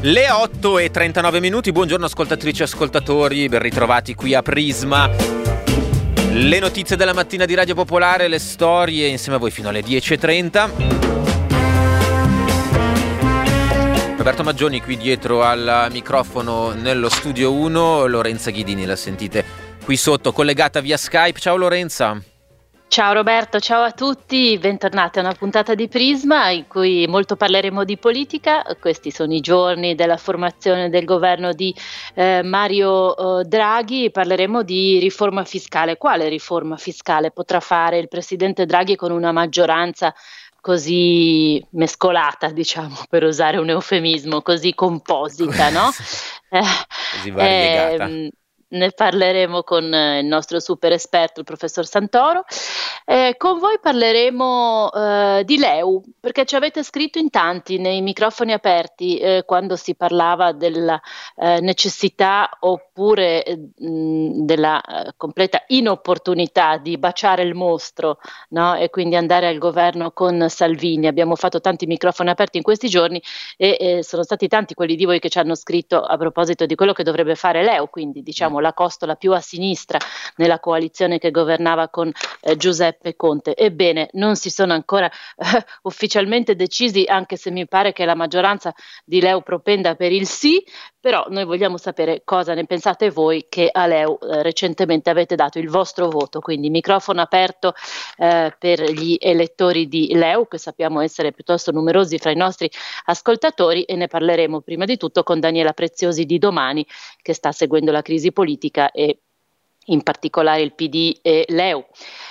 Le 8:39, buongiorno ascoltatrici e ascoltatori, ben ritrovati qui a Prisma. Le notizie della mattina di Radio Popolare, le storie insieme a voi fino alle 10:30. Roberto Maggioni qui dietro al microfono nello studio 1, Lorenza Ghidini la sentite qui sotto collegata via Skype. Ciao Lorenza. Ciao Roberto, ciao a tutti, bentornati a una puntata di Prisma in cui molto parleremo di politica. Questi sono i giorni della formazione del governo di Mario Draghi. Parleremo di riforma fiscale. Quale riforma fiscale potrà fare il presidente Draghi con una maggioranza così mescolata, diciamo, per usare un eufemismo, così composita, no? Così variegata. Ne parleremo con il nostro super esperto, il professor Santoro. Con voi parleremo di LeU, perché ci avete scritto in tanti nei microfoni aperti quando si parlava della necessità oppure della completa inopportunità di baciare il mostro, no? E quindi andare al governo con Salvini. Abbiamo fatto tanti microfoni aperti in questi giorni e sono stati tanti quelli di voi che ci hanno scritto a proposito di quello che dovrebbe fare LeU, quindi diciamo la costola più a sinistra nella coalizione che governava con Giuseppe Conte. Ebbene, non si sono ancora ufficialmente decisi, anche se mi pare che la maggioranza di LeU propenda per il sì, però noi vogliamo sapere cosa ne pensate voi che a LeU recentemente avete dato il vostro voto, quindi microfono aperto per gli elettori di LeU, che sappiamo essere piuttosto numerosi fra i nostri ascoltatori, e ne parleremo prima di tutto con Daniela Preziosi di Domani, che sta seguendo la crisi politica e in particolare il PD e LeU.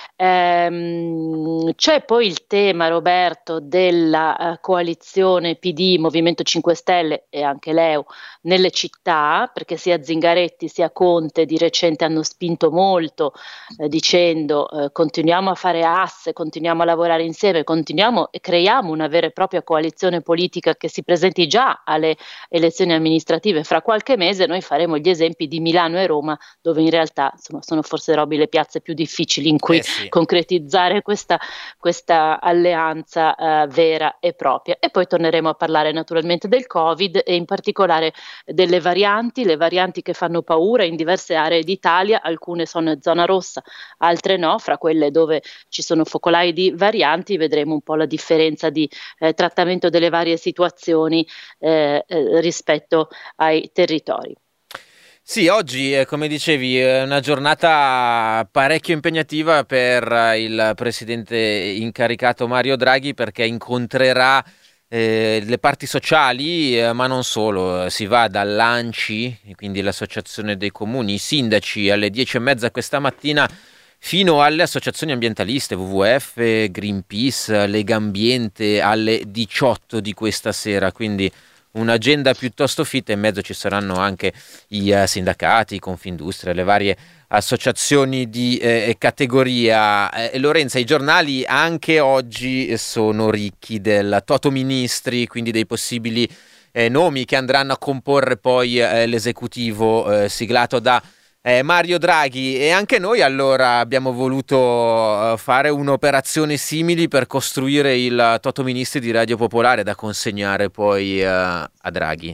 C'è poi il tema, Roberto, della coalizione PD, Movimento 5 Stelle e anche LeU nelle città, perché sia Zingaretti sia Conte di recente hanno spinto molto dicendo continuiamo a fare asse, continuiamo a lavorare insieme, continuiamo e creiamo una vera e propria coalizione politica che si presenti già alle elezioni amministrative fra qualche mese. Noi faremo gli esempi di Milano e Roma, dove in realtà sono forse le piazze più difficili in cui concretizzare questa alleanza vera e propria. E poi torneremo a parlare naturalmente del Covid e in particolare delle varianti, le varianti che fanno paura in diverse aree d'Italia. Alcune sono in zona rossa, altre no. Fra quelle dove ci sono focolai di varianti vedremo un po' la differenza di trattamento delle varie situazioni rispetto ai territori. Sì, oggi, come dicevi, è una giornata parecchio impegnativa per il presidente incaricato Mario Draghi, perché incontrerà le parti sociali, ma non solo. Si va dall'ANCI, quindi l'Associazione dei Comuni, i sindaci alle 10:30 questa mattina, fino alle associazioni ambientaliste, WWF, Greenpeace, Lega Ambiente alle 18 di questa sera, quindi un'agenda piuttosto fitta. In mezzo ci saranno anche i sindacati, i Confindustria, le varie associazioni di categoria. Lorenza, i giornali anche oggi sono ricchi del toto ministri, quindi dei possibili nomi che andranno a comporre poi l'esecutivo siglato da Mario Draghi, e anche noi allora abbiamo voluto fare un'operazione simili per costruire il Toto Ministri di Radio Popolare da consegnare poi a Draghi.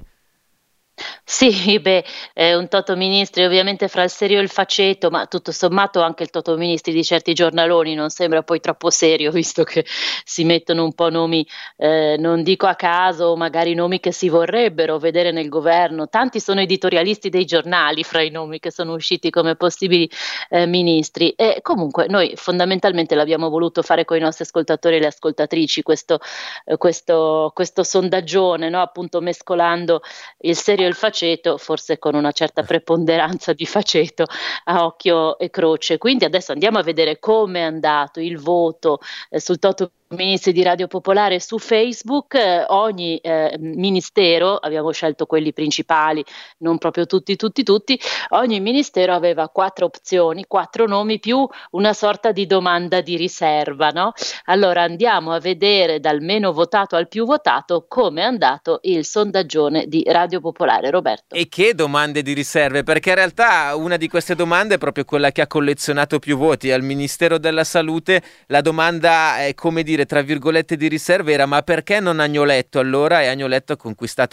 Sì, un Toto Ministri ovviamente fra il serio e il faceto, ma tutto sommato anche il Toto Ministri di certi giornaloni non sembra poi troppo serio, visto che si mettono un po' nomi, non dico a caso, magari nomi che si vorrebbero vedere nel governo. Tanti sono editorialisti dei giornali fra i nomi che sono usciti come possibili ministri, e comunque noi fondamentalmente l'abbiamo voluto fare con i nostri ascoltatori e le ascoltatrici, questo sondaggione, no? Appunto mescolando il serio e il faceto, forse con una certa preponderanza di faceto a occhio e croce. Quindi adesso andiamo a vedere come è andato il voto sul Toto Ministri di Radio Popolare su Facebook. Ogni ministero, abbiamo scelto quelli principali, non proprio tutti, ogni ministero aveva 4 opzioni, 4 nomi più una sorta di domanda di riserva, no? Allora andiamo a vedere dal meno votato al più votato come è andato il sondaggione di Radio Popolare. Roberto. E che domande di riserve, perché in realtà una di queste domande è proprio quella che ha collezionato più voti. Al Ministero della Salute la domanda è, come dire, tra virgolette di riserve, era: ma perché non Agnoletto? Allora, e Agnoletto ha conquistato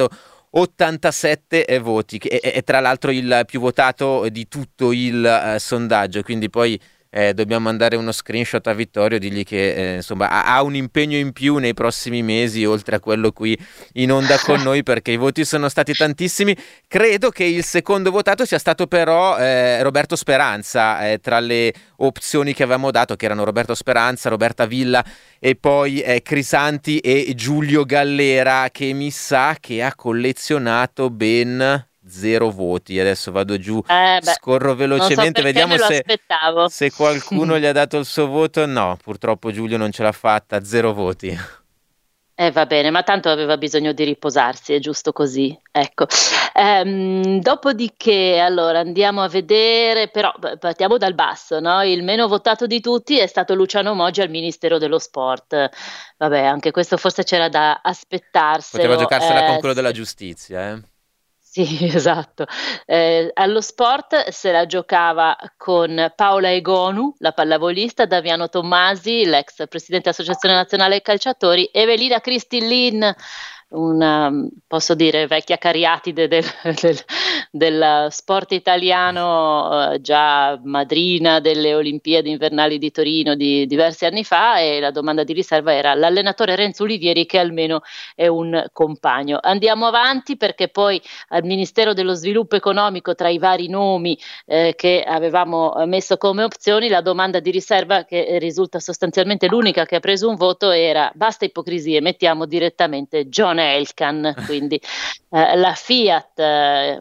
87 voti, che è tra l'altro il più votato di tutto il sondaggio, quindi poi dobbiamo mandare uno screenshot a Vittorio, dirgli che insomma ha un impegno in più nei prossimi mesi, oltre a quello qui in onda con noi, perché i voti sono stati tantissimi. Credo che il secondo votato sia stato però Roberto Speranza, tra le opzioni che avevamo dato, che erano Roberto Speranza, Roberta Villa e poi Crisanti e Giulio Gallera, che mi sa che ha collezionato ben 0 voti. Adesso vado giù, scorro velocemente, vediamo se qualcuno gli ha dato il suo voto. No, purtroppo Giulio non ce l'ha fatta, 0 voti. Va bene, ma tanto aveva bisogno di riposarsi, è giusto così. Ecco. Dopodiché, allora andiamo a vedere, però partiamo dal basso, no? Il meno votato di tutti è stato Luciano Moggi al Ministero dello Sport. Vabbè, anche questo forse c'era da aspettarselo. Poteva giocarsela con quello della giustizia, Sì, esatto. Allo sport se la giocava con Paola Egonu, la pallavolista, Damiano Tommasi, l'ex presidente dell'Associazione Nazionale Calciatori, Evelina Cristillin, una, posso dire, vecchia cariatide del sport italiano, già madrina delle Olimpiadi invernali di Torino di diversi anni fa, e la domanda di riserva era l'allenatore Renzo Olivieri, che almeno è un compagno. Andiamo avanti, perché poi al Ministero dello Sviluppo Economico, tra i vari nomi che avevamo messo come opzioni, la domanda di riserva, che risulta sostanzialmente l'unica che ha preso un voto, era basta ipocrisie, mettiamo direttamente John Elkann, quindi la Fiat.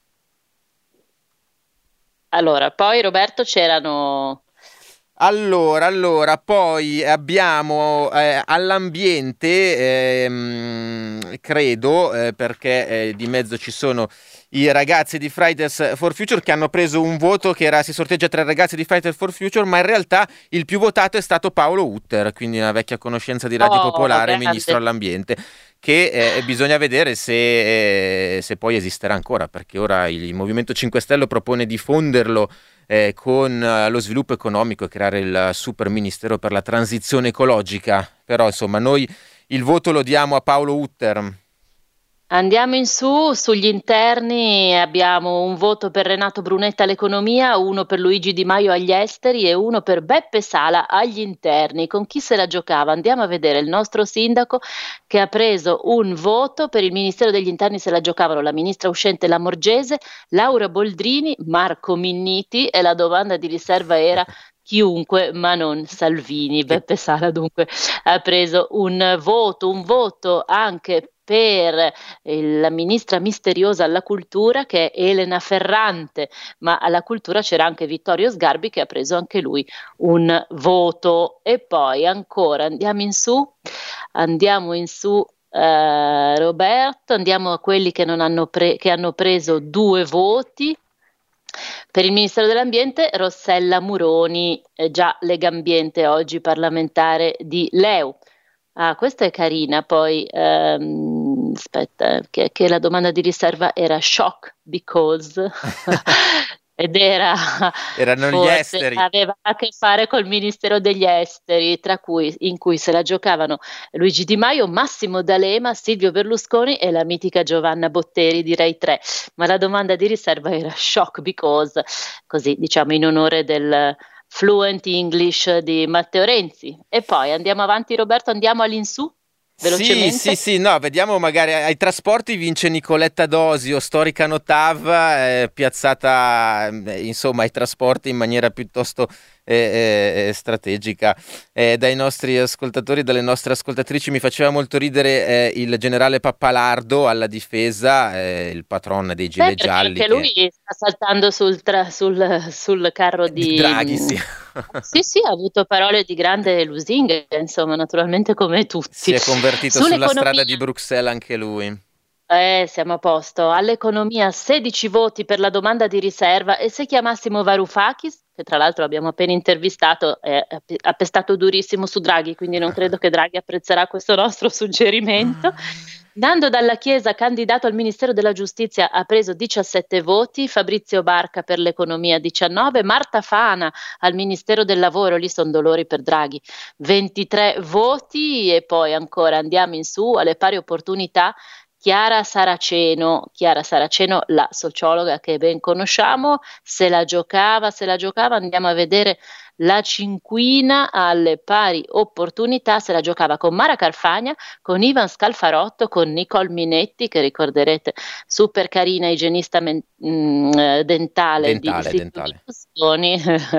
Allora, poi Roberto c'erano... Allora, poi abbiamo all'ambiente, credo, perché di mezzo ci sono i ragazzi di Fridays for Future, che hanno preso un voto che si sorteggia tra i ragazzi di Fridays for Future, ma in realtà il più votato è stato Paolo Utter, quindi una vecchia conoscenza di Radio Popolare, grande. ministro all'ambiente, che bisogna vedere se poi esisterà ancora, perché ora il Movimento 5 Stelle propone di fonderlo con lo sviluppo economico e creare il super ministero per la transizione ecologica. Però insomma noi il voto lo diamo a Paolo Utter. Andiamo in su, sugli interni abbiamo un voto per Renato Brunetta all'economia, uno per Luigi Di Maio agli esteri e uno per Beppe Sala agli interni. Con chi se la giocava? Andiamo a vedere il nostro sindaco, che ha preso un voto. Per il Ministero degli Interni se la giocavano la ministra uscente Lamorgese, Laura Boldrini, Marco Minniti, e la domanda di riserva era chiunque ma non Salvini. Beppe Sala dunque ha preso un voto anche per la ministra misteriosa alla cultura, che è Elena Ferrante, ma alla cultura c'era anche Vittorio Sgarbi, che ha preso anche lui un voto. E poi ancora andiamo in su, Roberto, andiamo a quelli che hanno preso 2 voti. Per il Ministero dell'Ambiente Rossella Muroni, già Legambiente, oggi parlamentare di LeU. Ah, questa è carina. Poi aspetta, che la domanda di riserva era shock because ed erano gli esteri, aveva a che fare col Ministero degli Esteri, in cui se la giocavano Luigi Di Maio, Massimo D'Alema, Silvio Berlusconi e la mitica Giovanna Botteri di Rai 3, ma la domanda di riserva era shock because, così diciamo in onore del fluent English di Matteo Renzi. E poi andiamo avanti, Roberto, andiamo all'insù velocemente. Sì, no, vediamo, magari ai trasporti vince Nicoletta Dosio, storica Notav, piazzata insomma ai trasporti in maniera piuttosto strategica dai nostri ascoltatori e dalle nostre ascoltatrici. Mi faceva molto ridere il generale Pappalardo alla difesa, il patron dei gilet gialli, perché lui sta saltando sul carro di Draghi, sì. Sì, ha avuto parole di grande lusinga, insomma, naturalmente come tutti. Si è convertito sulla strada di Bruxelles anche lui. Siamo a posto. All'economia 16 voti per la domanda di riserva, e se chiamassimo Varoufakis, che tra l'altro abbiamo appena intervistato, ha pestato durissimo su Draghi, quindi non credo che Draghi apprezzerà questo nostro suggerimento. Nando Dalla Chiesa, candidato al Ministero della Giustizia, ha preso 17 voti, Fabrizio Barca per l'economia 19, Marta Fana al Ministero del Lavoro, lì sono dolori per Draghi, 23 voti. E poi ancora andiamo in su alle pari opportunità. Chiara Saraceno, la sociologa che ben conosciamo, se la giocava, andiamo a vedere la cinquina alle pari opportunità, se la giocava con Mara Carfagna, con Ivan Scalfarotto, con Nicole Minetti, che ricorderete super carina, igienista dentale di Berlusconi.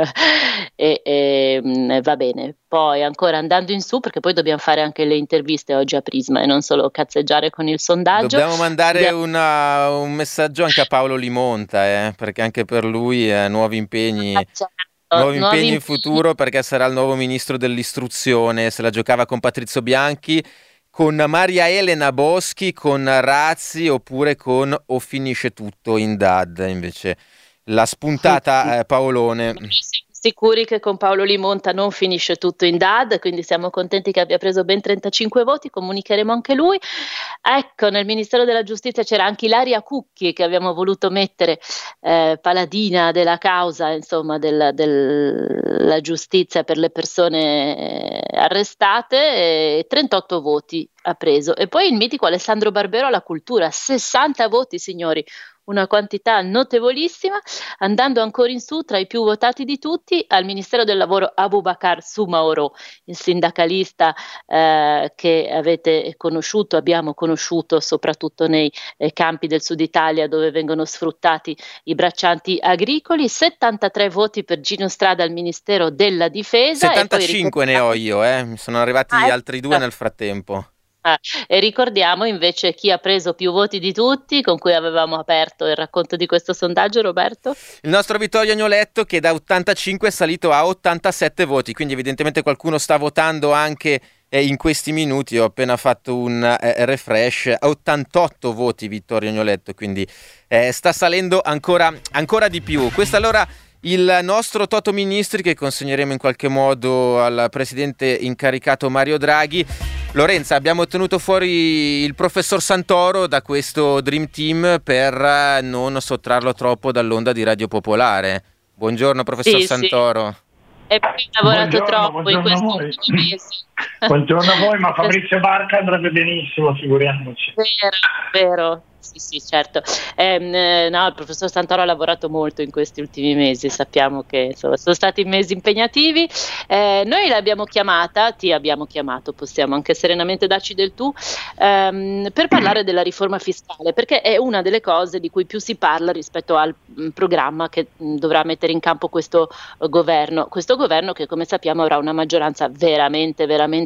Va bene, poi ancora andando in su, perché poi dobbiamo fare anche le interviste oggi a Prisma e non solo cazzeggiare con il sondaggio. Dobbiamo mandare un messaggio anche a Paolo Limonta, perché anche per lui nuovi impegni. Nuovi impegni in futuro, perché sarà il nuovo ministro dell'istruzione. Se la giocava con Patrizio Bianchi, con Maria Elena Boschi, con Razzi, oppure con O finisce tutto in DAD. Invece la spuntata Paolone. Sicuri che con Paolo Limonta non finisce tutto in DAD, quindi siamo contenti che abbia preso ben 35 voti, comunicheremo anche lui. Ecco, nel Ministero della Giustizia c'era anche Ilaria Cucchi, che abbiamo voluto mettere paladina della causa, insomma, della giustizia per le persone arrestate, e 38 voti ha preso. E poi il mitico Alessandro Barbero alla cultura, 60 voti, signori. Una quantità notevolissima. Andando ancora in su, tra i più votati di tutti, al Ministero del Lavoro Abubakar Soumaoro, il sindacalista che abbiamo conosciuto soprattutto nei campi del Sud Italia, dove vengono sfruttati i braccianti agricoli. 73 voti per Gino Strada al Ministero della Difesa. 75 e poi ne ho io, mi sono arrivati altri 2 nel frattempo. E ricordiamo invece chi ha preso più voti di tutti, con cui avevamo aperto il racconto di questo sondaggio, Roberto? Il nostro Vittorio Agnoletto, che da 85 è salito a 87 voti, quindi evidentemente qualcuno sta votando anche in questi minuti. Ho appena fatto un refresh, 88 voti Vittorio Agnoletto, quindi sta salendo ancora di più. Questo allora il nostro Toto Ministri, che consegneremo in qualche modo al presidente incaricato Mario Draghi. Lorenza, abbiamo tenuto fuori il professor Santoro da questo Dream Team per non sottrarlo troppo dall'onda di Radio Popolare. Buongiorno professor Santoro. Sì. E poi lavorato troppo in questi ultimi mesi. Buongiorno a voi, ma Fabrizio Barca andrebbe benissimo, figuriamoci. Vero. Sì, certo. No, il professor Santoro ha lavorato molto in questi ultimi mesi, sappiamo che insomma, sono stati mesi impegnativi. Noi l'abbiamo chiamata, ti abbiamo chiamato, possiamo anche serenamente darci del tu, per parlare della riforma fiscale, perché è una delle cose di cui più si parla rispetto al programma che dovrà mettere in campo questo governo che, come sappiamo, avrà una maggioranza veramente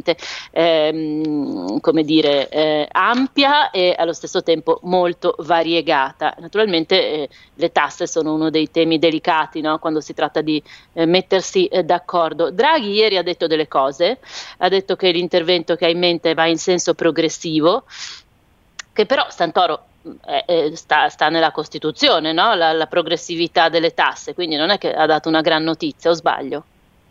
ampia e allo stesso tempo molto variegata. Naturalmente le tasse sono uno dei temi delicati, no? Quando si tratta di mettersi d'accordo. Draghi ieri ha detto delle cose, ha detto che l'intervento che ha in mente va in senso progressivo, che però Santoro sta nella Costituzione, no? La progressività delle tasse, quindi non è che ha dato una gran notizia, o sbaglio?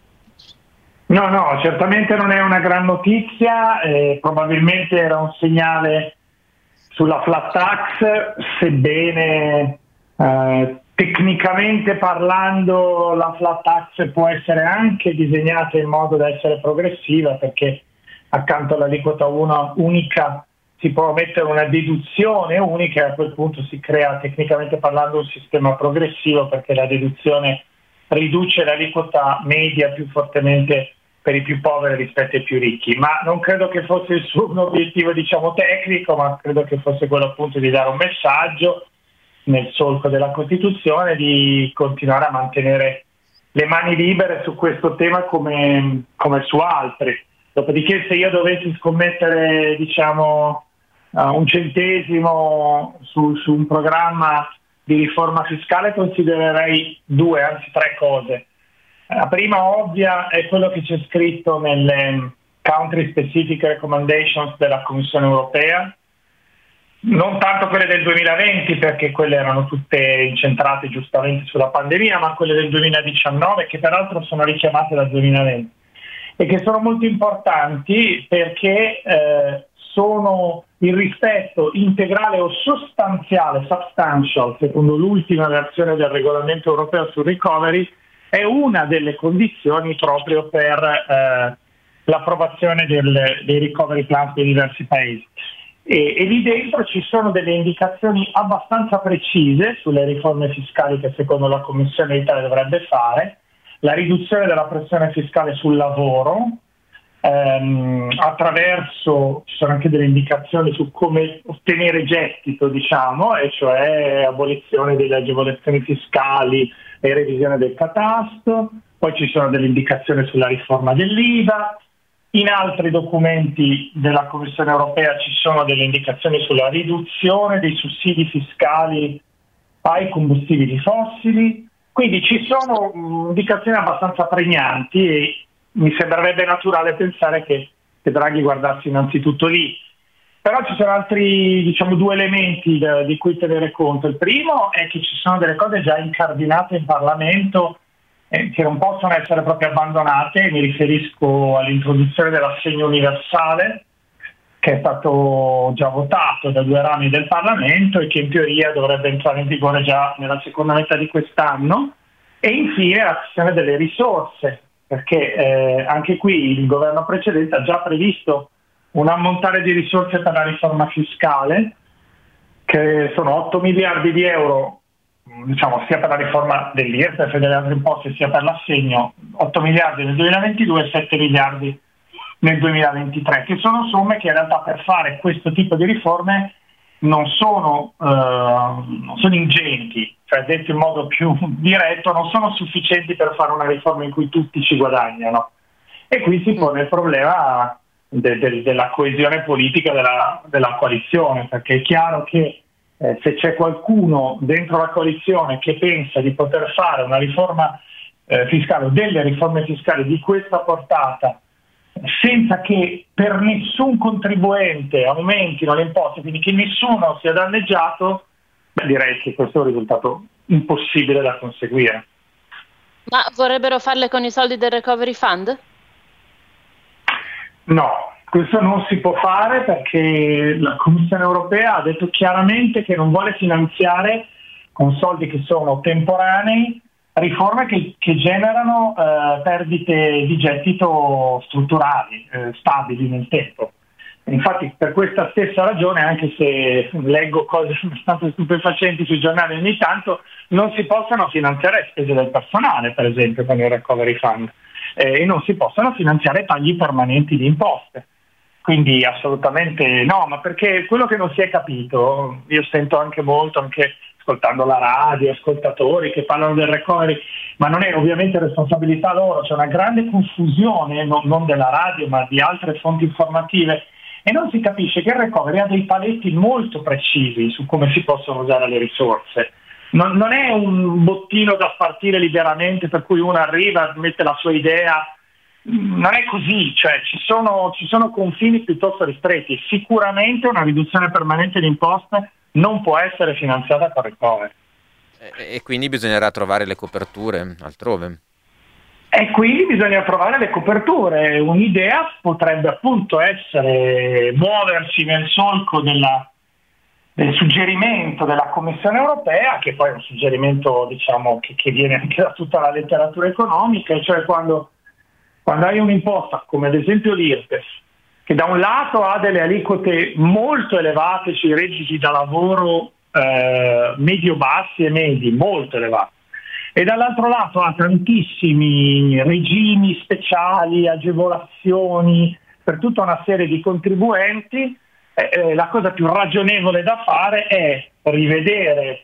No, certamente non è una gran notizia, probabilmente era un segnale sulla flat tax, sebbene tecnicamente parlando la flat tax può essere anche disegnata in modo da essere progressiva, perché accanto all'aliquota unica si può mettere una deduzione unica e a quel punto si crea tecnicamente parlando un sistema progressivo, perché la deduzione riduce l'aliquota media più fortemente per i più poveri rispetto ai più ricchi, ma non credo che fosse il suo obiettivo tecnico, ma credo che fosse quello appunto di dare un messaggio nel solco della Costituzione, di continuare a mantenere le mani libere su questo tema come su altri. Dopodiché, se io dovessi scommettere un centesimo su un programma di riforma fiscale, considererei 2, anzi 3 cose. La prima ovvia è quello che c'è scritto nelle country specific recommendations della Commissione europea, non tanto quelle del 2020, perché quelle erano tutte incentrate giustamente sulla pandemia, ma quelle del 2019, che peraltro sono richiamate dal 2020 e che sono molto importanti perché sono il rispetto integrale o sostanziale, substantial, secondo l'ultima versione del regolamento europeo sul recovery, è una delle condizioni proprio per l'approvazione dei recovery plans dei diversi paesi. e lì dentro ci sono delle indicazioni abbastanza precise sulle riforme fiscali che secondo la Commissione Italia dovrebbe fare, la riduzione della pressione fiscale sul lavoro, attraverso, ci sono anche delle indicazioni su come ottenere gettito, diciamo, e cioè abolizione delle agevolazioni fiscali e revisione del catasto. Poi ci sono delle indicazioni sulla riforma dell'IVA. In altri documenti della Commissione europea ci sono delle indicazioni sulla riduzione dei sussidi fiscali ai combustibili fossili. Quindi ci sono indicazioni abbastanza pregnanti e mi sembrerebbe naturale pensare che Draghi guardasse innanzitutto lì. Però ci sono altri, diciamo, due elementi di cui tenere conto. Il primo è che ci sono delle cose già incardinate in Parlamento che non possono essere proprio abbandonate. Mi riferisco all'introduzione dell'assegno universale, che è stato già votato da 2 rami del Parlamento e che in teoria dovrebbe entrare in vigore già nella seconda metà di quest'anno. E infine la questione delle risorse, perché anche qui il governo precedente ha già previsto un ammontare di risorse per la riforma fiscale, che sono 8 miliardi di euro, diciamo, sia per la riforma dell'IRPEF e delle altre imposte, sia per l'assegno, 8 miliardi nel 2022 e 7 miliardi nel 2023, che sono somme che in realtà per fare questo tipo di riforme non sono ingenti, cioè detto in modo più diretto, non sono sufficienti per fare una riforma in cui tutti ci guadagnano. E qui si pone il problema della coesione politica della coalizione, perché è chiaro che se c'è qualcuno dentro la coalizione che pensa di poter fare una riforma fiscale o delle riforme fiscali di questa portata senza che per nessun contribuente aumentino le imposte, quindi che nessuno sia danneggiato, direi che questo è un risultato impossibile da conseguire. Ma vorrebbero farle con i soldi del Recovery Fund? No, questo non si può fare perché la Commissione europea ha detto chiaramente che non vuole finanziare con soldi che sono temporanei riforme che generano perdite di gettito strutturali, stabili nel tempo. Infatti per questa stessa ragione, anche se leggo cose abbastanza stupefacenti sui giornali ogni tanto, non si possono finanziare spese del personale, per esempio, con il Recovery Fund, e non si possono finanziare tagli permanenti di imposte. Quindi assolutamente no, ma perché quello che non si è capito, io sento anche molto, anche ascoltando la radio, ascoltatori che parlano del recovery, ma non è ovviamente responsabilità loro, c'è una grande confusione, non della radio ma di altre fonti informative, e non si capisce che il recovery ha dei paletti molto precisi su come si possono usare le risorse. Non è un bottino da spartire liberamente per cui uno arriva, mette la sua idea, non è così, cioè ci sono confini piuttosto ristretti. Sicuramente una riduzione permanente di imposte non può essere finanziata con recovery. E quindi bisognerà trovare le coperture altrove. E quindi bisogna trovare le coperture. Un'idea potrebbe appunto essere muoversi nel solco del suggerimento della Commissione europea, che poi è un suggerimento, diciamo, che viene anche da tutta la letteratura economica, e cioè quando hai un'imposta come ad esempio l'IRPEF, che da un lato ha delle aliquote molto elevate sui redditi da lavoro medio-bassi e medi, molto elevati, e dall'altro lato ha tantissimi regimi speciali, agevolazioni per tutta una serie di contribuenti, la cosa più ragionevole da fare è rivedere,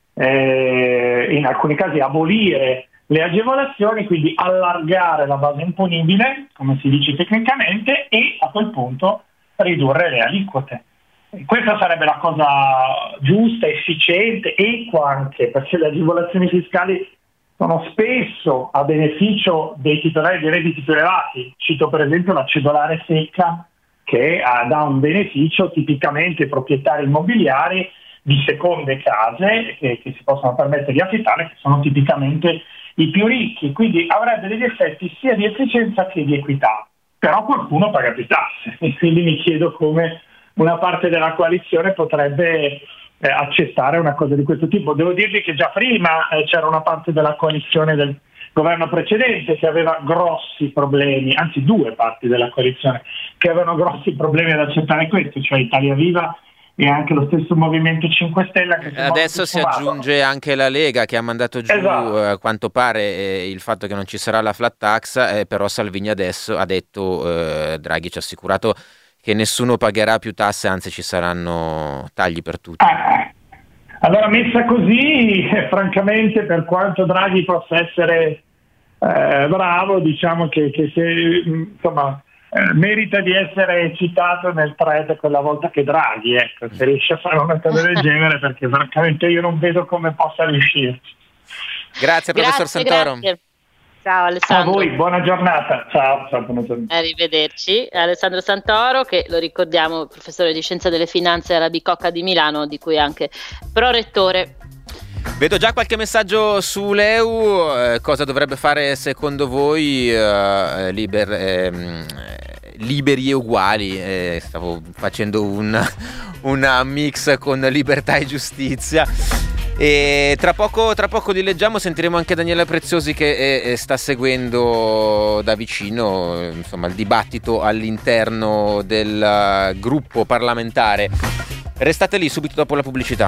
in alcuni casi abolire le agevolazioni, quindi allargare la base imponibile, come si dice tecnicamente, e a quel punto ridurre le aliquote. Questa sarebbe la cosa giusta, efficiente, equa anche, perché le agevolazioni fiscali sono spesso a beneficio dei titolari di redditi più elevati. Cito per esempio la cedolare secca, che dà un beneficio tipicamente ai proprietari immobiliari di seconde case che si possono permettere di affittare, che sono tipicamente i più ricchi, quindi avrebbe degli effetti sia di efficienza che di equità, però qualcuno paga più tasse e quindi mi chiedo come una parte della coalizione potrebbe accettare una cosa di questo tipo. Devo dirvi che già prima c'era una parte della coalizione del governo precedente che aveva grossi problemi, anzi 2 parti della coalizione, che avevano grossi problemi ad accettare questo, cioè Italia Viva e anche lo stesso Movimento 5 Stelle. Che adesso si aggiunge anche la Lega, che ha mandato giù, esatto, a quanto pare il fatto che non ci sarà la flat tax, però Salvini adesso ha detto, Draghi ci ha assicurato che nessuno pagherà più tasse, anzi ci saranno tagli per tutti. Allora, messa così, francamente, per quanto Draghi possa essere bravo, diciamo che se, insomma, merita di essere citato nel thread quella volta che Draghi, ecco, se riesce a fare una cosa del genere, perché francamente io non vedo come possa riuscirci. Grazie professor Santoro. Grazie. Ciao Alessandro. A voi, buona giornata. Ciao, buona giornata. Arrivederci. Alessandro Santoro, che lo ricordiamo, professore di Scienza delle Finanze alla Bicocca di Milano, di cui è anche prorettore. Vedo già qualche messaggio su Leu. Cosa dovrebbe fare secondo voi Liberi e Uguali? Stavo facendo una mix con Libertà e Giustizia. E tra poco li leggiamo, sentiremo anche Daniela Preziosi che sta seguendo da vicino, insomma, il dibattito all'interno del gruppo parlamentare. Restate lì, subito dopo la pubblicità.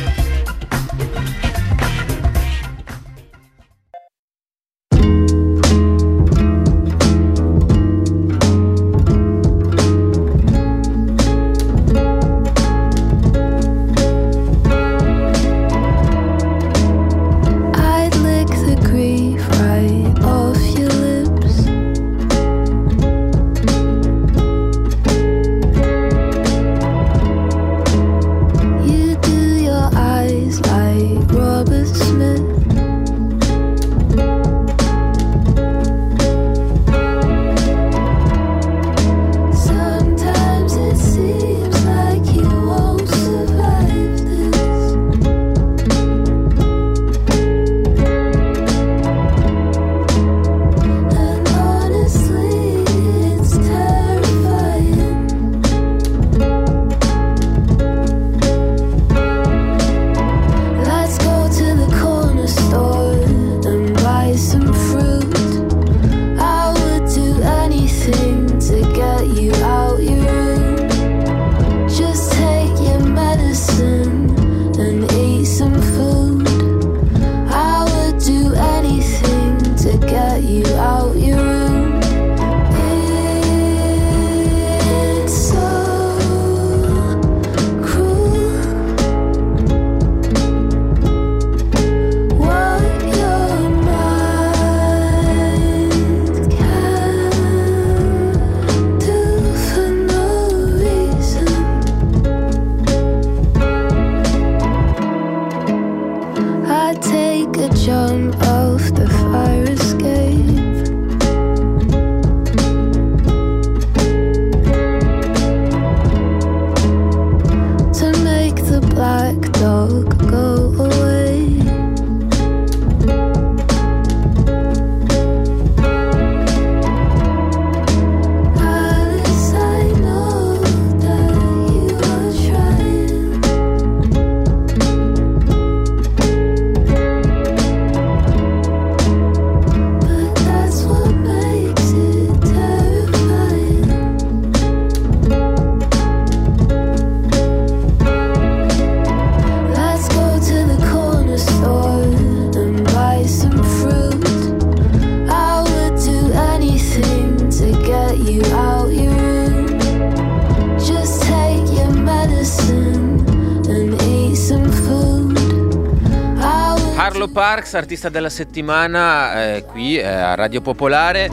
Parks, artista della settimana, qui a Radio Popolare.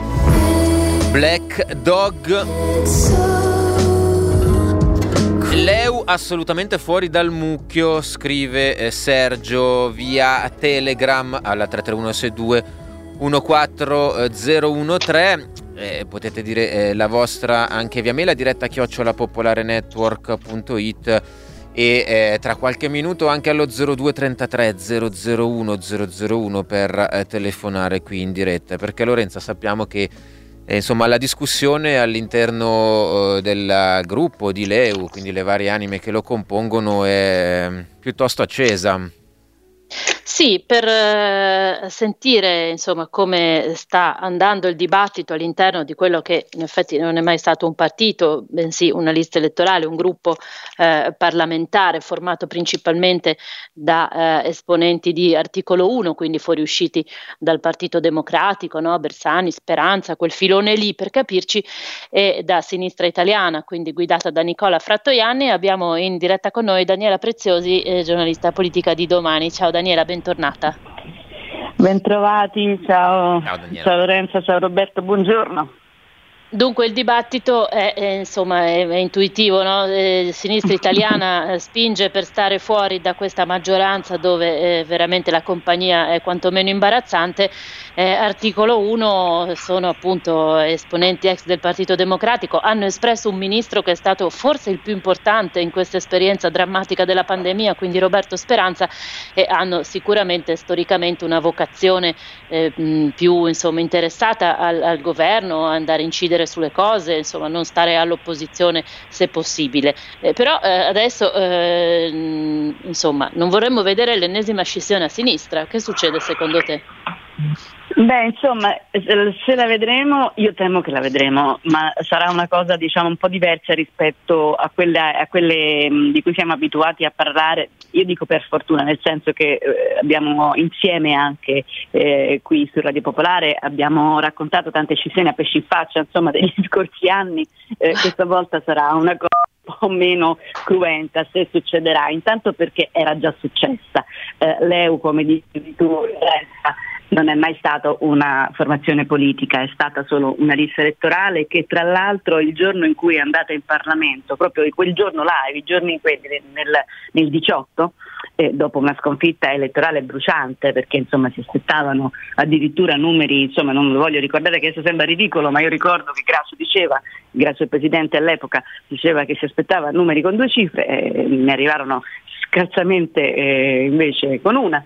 Black Dog. Leu assolutamente fuori dal mucchio, scrive Sergio via Telegram alla 33162 14013. Potete dire la vostra anche via mail a diretta @popolarenetwork.it. E tra qualche minuto anche allo 0233 001 001 per telefonare qui in diretta, perché Lorenza, sappiamo che insomma la discussione all'interno del gruppo di Leu, quindi le varie anime che lo compongono, è piuttosto accesa. Sì, per sentire insomma come sta andando il dibattito all'interno di quello che in effetti non è mai stato un partito, bensì una lista elettorale, un gruppo parlamentare formato principalmente da esponenti di Articolo 1, quindi fuoriusciti dal Partito Democratico, no? Bersani, Speranza, quel filone lì per capirci, e da Sinistra Italiana, quindi guidata da Nicola Frattoianni. Abbiamo in diretta con noi Daniela Preziosi, giornalista politica di Domani. Ciao Daniela, bentornata. Bentrovati, ciao Lorenzo, ciao Roberto, buongiorno. Dunque il dibattito è intuitivo, no? Sinistra Italiana spinge per stare fuori da questa maggioranza dove veramente la compagnia è quantomeno imbarazzante. Articolo 1 sono appunto esponenti ex del Partito Democratico, hanno espresso un ministro che è stato forse il più importante in questa esperienza drammatica della pandemia, quindi Roberto Speranza, e hanno sicuramente storicamente una vocazione più interessata al governo, andare a incidere sulle cose, insomma non stare all'opposizione se possibile, però adesso non vorremmo vedere l'ennesima scissione a sinistra. Che succede secondo te? Beh, insomma, se la vedremo, io temo che la vedremo, ma sarà una cosa un po' diversa rispetto a quelle di cui siamo abituati a parlare. Io dico per fortuna, nel senso che abbiamo insieme anche qui su Radio Popolare abbiamo raccontato tante scissioni a pesci in faccia, degli scorsi anni. Questa volta sarà una cosa un po' meno cruenta, se succederà, intanto perché era già successa. L'EU, come dici tu, non è mai stata una formazione politica, è stata solo una lista elettorale che tra l'altro il giorno in cui è andata in Parlamento, proprio quel giorno là, i giorni quelli nel 18, dopo una sconfitta elettorale bruciante, perché si aspettavano addirittura numeri, non lo voglio ricordare che adesso sembra ridicolo, ma io ricordo che Grasso il presidente all'epoca diceva che si aspettava numeri con 2 cifre, ne arrivarono scarsamente invece con una.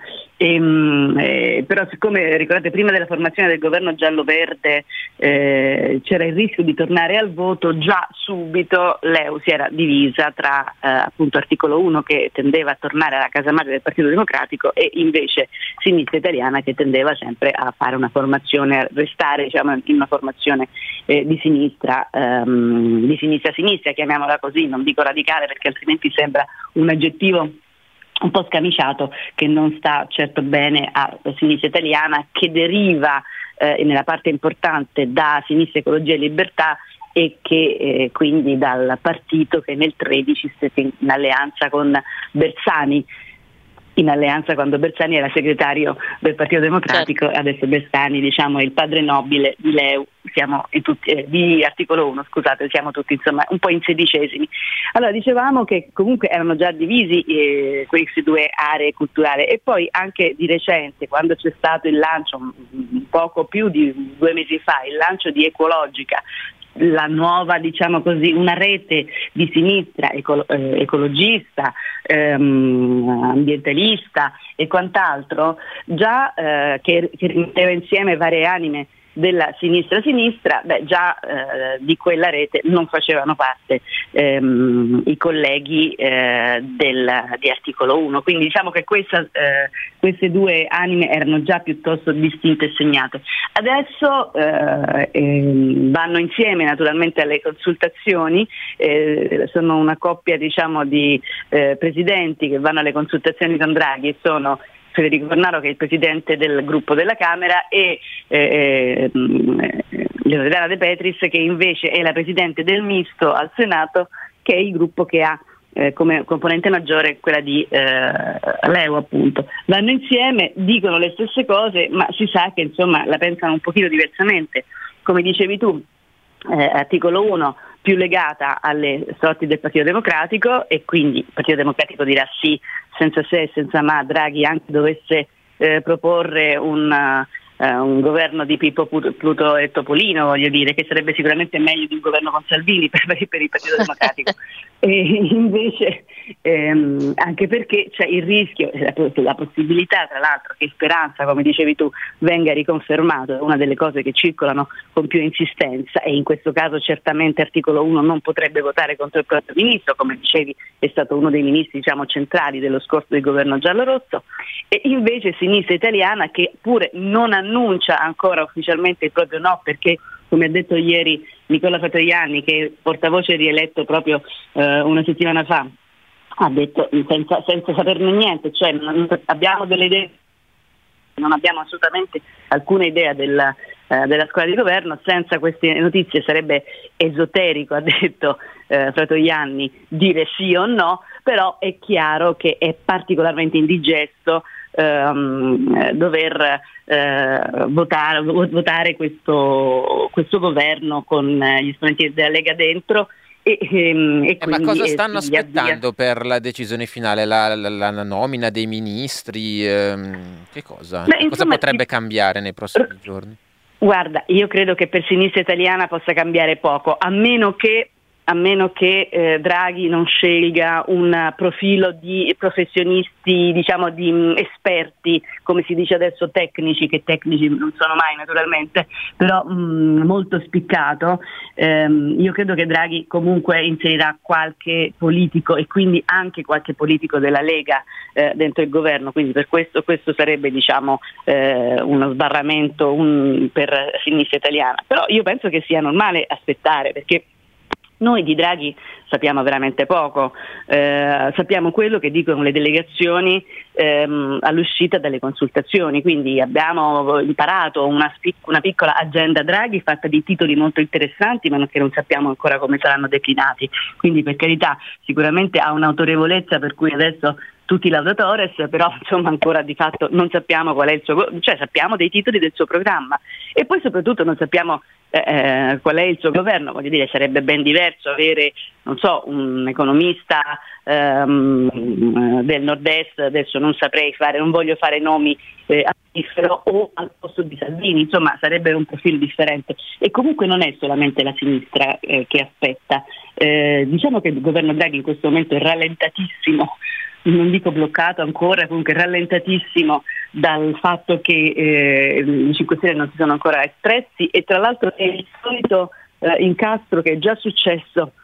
Però siccome ricordate prima della formazione del governo giallo-verde c'era il rischio di tornare al voto, già subito l'EU si era divisa tra appunto Articolo 1 che tendeva a tornare alla casa madre del Partito Democratico e invece Sinistra Italiana che tendeva sempre a fare una formazione, a restare in una formazione di sinistra sinistra, chiamiamola così, non dico radicale perché altrimenti sembra un aggettivo un po' scamiciato che non sta certo bene a Sinistra Italiana, che deriva nella parte importante da Sinistra Ecologia e Libertà e che quindi dal partito che nel 13 stette in alleanza con Bersani, quando Bersani era segretario del Partito Democratico. Certo. Adesso Bersani è il padre nobile di LeU, siamo di Articolo 1, scusate, siamo tutti un po' in sedicesimi. Allora dicevamo che comunque erano già divisi queste due aree culturali, e poi anche di recente, quando c'è stato il lancio, poco più di 2 mesi fa, il lancio di Ecologica, la nuova, una rete di sinistra ecologista, ambientalista e quant'altro, già che rimetteva insieme varie anime della sinistra, già di quella rete non facevano parte i colleghi di Articolo 1, quindi che queste due anime erano già piuttosto distinte e segnate. Adesso vanno insieme naturalmente alle consultazioni, sono una coppia di presidenti che vanno alle consultazioni con Draghi, sono Federico Fornaro, che è il presidente del gruppo della Camera, e Loredana De Petris, che invece è la presidente del Misto al Senato, che è il gruppo che ha come componente maggiore quella di LeU, appunto. Vanno insieme, dicono le stesse cose, ma si sa che la pensano un pochino diversamente. Come dicevi tu, Articolo 1 più legata alle sorti del Partito Democratico, e quindi il Partito Democratico dirà sì senza se e senza ma Draghi anche dovesse proporre un governo di Pippo, Pluto e Topolino, voglio dire, che sarebbe sicuramente meglio di un governo con Salvini per il Partito Democratico. E anche perché c'è il rischio, la possibilità tra l'altro che Speranza, come dicevi tu, venga riconfermato, è una delle cose che circolano con più insistenza, e in questo caso certamente articolo 1 non potrebbe votare contro il proprio ministro, come dicevi è stato uno dei ministri centrali dello scorso del governo giallorosso, e invece Sinistra Italiana, che pure non annuncia ancora ufficialmente il proprio no, perché come ha detto ieri Nicola Fratoianni, che è portavoce rieletto proprio una settimana fa, ha detto senza saperne niente, cioè non abbiamo delle idee, non abbiamo assolutamente alcuna idea della squadra di governo, senza queste notizie sarebbe esoterico, ha detto Fratoianni, dire sì o no, però è chiaro che è particolarmente indigesto dover votare questo governo con gli esponenti della Lega dentro. Ma cosa stanno aspettando per la decisione finale? La nomina dei ministri? Che cosa? Cosa potrebbe cambiare nei prossimi giorni? Guarda, io credo che per Sinistra Italiana possa cambiare poco, a meno che Draghi non scelga un profilo di professionisti, di esperti, come si dice adesso tecnici, che tecnici non sono mai naturalmente, però molto spiccato. Io credo che Draghi comunque inserirà qualche politico, e quindi anche qualche politico della Lega dentro il governo, quindi per questo sarebbe uno sbarramento per Sinistra Italiana. Però io penso che sia normale aspettare, perché noi di Draghi sappiamo veramente poco, sappiamo quello che dicono le delegazioni all'uscita dalle consultazioni, quindi abbiamo imparato una piccola agenda Draghi fatta di titoli molto interessanti, ma che non sappiamo ancora come saranno declinati, quindi per carità sicuramente ha un'autorevolezza per cui adesso tutti laudatores, però ancora di fatto non sappiamo qual è il suo, sappiamo dei titoli del suo programma, e poi soprattutto non sappiamo qual è il suo governo. Voglio dire, sarebbe ben diverso avere, un economista del nord-est, adesso non saprei non voglio fare nomi o al posto di Salvini, sarebbe un profilo differente, e comunque non è solamente la sinistra che aspetta. Diciamo che il governo Draghi in questo momento è rallentatissimo, non dico bloccato ancora, comunque rallentatissimo dal fatto che i 5 Stelle non si sono ancora espressi, e tra l'altro è il solito incastro che è già successo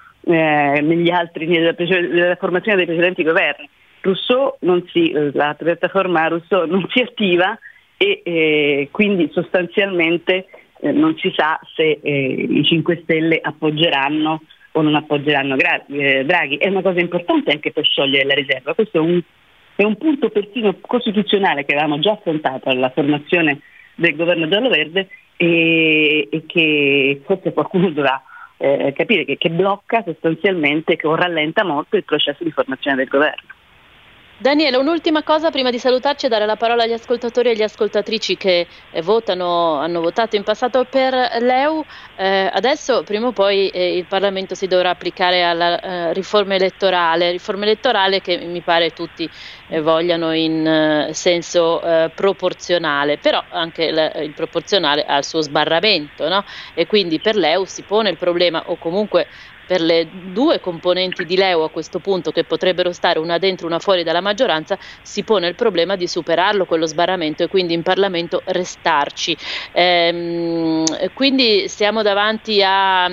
nella formazione dei precedenti governi. La piattaforma Rousseau non si attiva, e quindi sostanzialmente non si sa se i 5 Stelle appoggeranno o non appoggeranno Draghi. È una cosa importante anche per sciogliere la riserva. Questo è un punto persino costituzionale che avevamo già affrontato alla formazione del governo giallo-verde, e che forse qualcuno dovrà capire che blocca sostanzialmente, che rallenta molto il processo di formazione del governo. Daniele, un'ultima cosa prima di salutarci e dare la parola agli ascoltatori e agli ascoltatrici che hanno votato in passato per l'EU. Adesso prima o poi il Parlamento si dovrà applicare alla riforma elettorale che mi pare tutti vogliano in senso proporzionale, però anche il proporzionale ha il suo sbarramento, no? E quindi per l'EU si pone il problema, o comunque per le due componenti di l'EU a questo punto, che potrebbero stare una dentro una fuori dalla maggioranza, si pone il problema di superarlo quello sbarramento e quindi in Parlamento restarci. Quindi siamo davanti a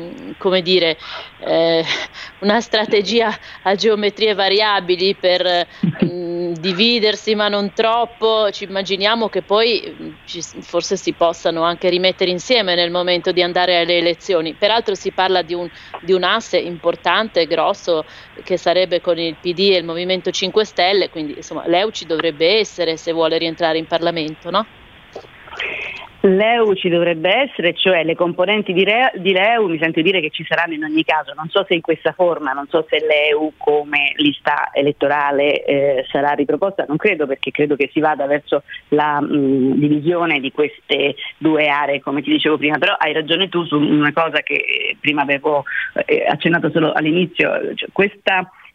una strategia a geometrie variabili per dividersi, ma non troppo. Ci immaginiamo che poi forse si possano anche rimettere insieme nel momento di andare alle elezioni. Peraltro si parla di un asse importante, grosso, che sarebbe con il PD e il Movimento 5 Stelle, quindi l'EU ci dovrebbe essere se vuole rientrare in Parlamento, no? L'EU ci dovrebbe essere, cioè le componenti di l'EU mi sento dire che ci saranno in ogni caso, non so se in questa forma, non so se l'EU come lista elettorale sarà riproposta, non credo, perché credo che si vada verso la divisione di queste due aree, come ti dicevo prima. Però hai ragione tu su una cosa che prima avevo accennato solo all'inizio, cioè questi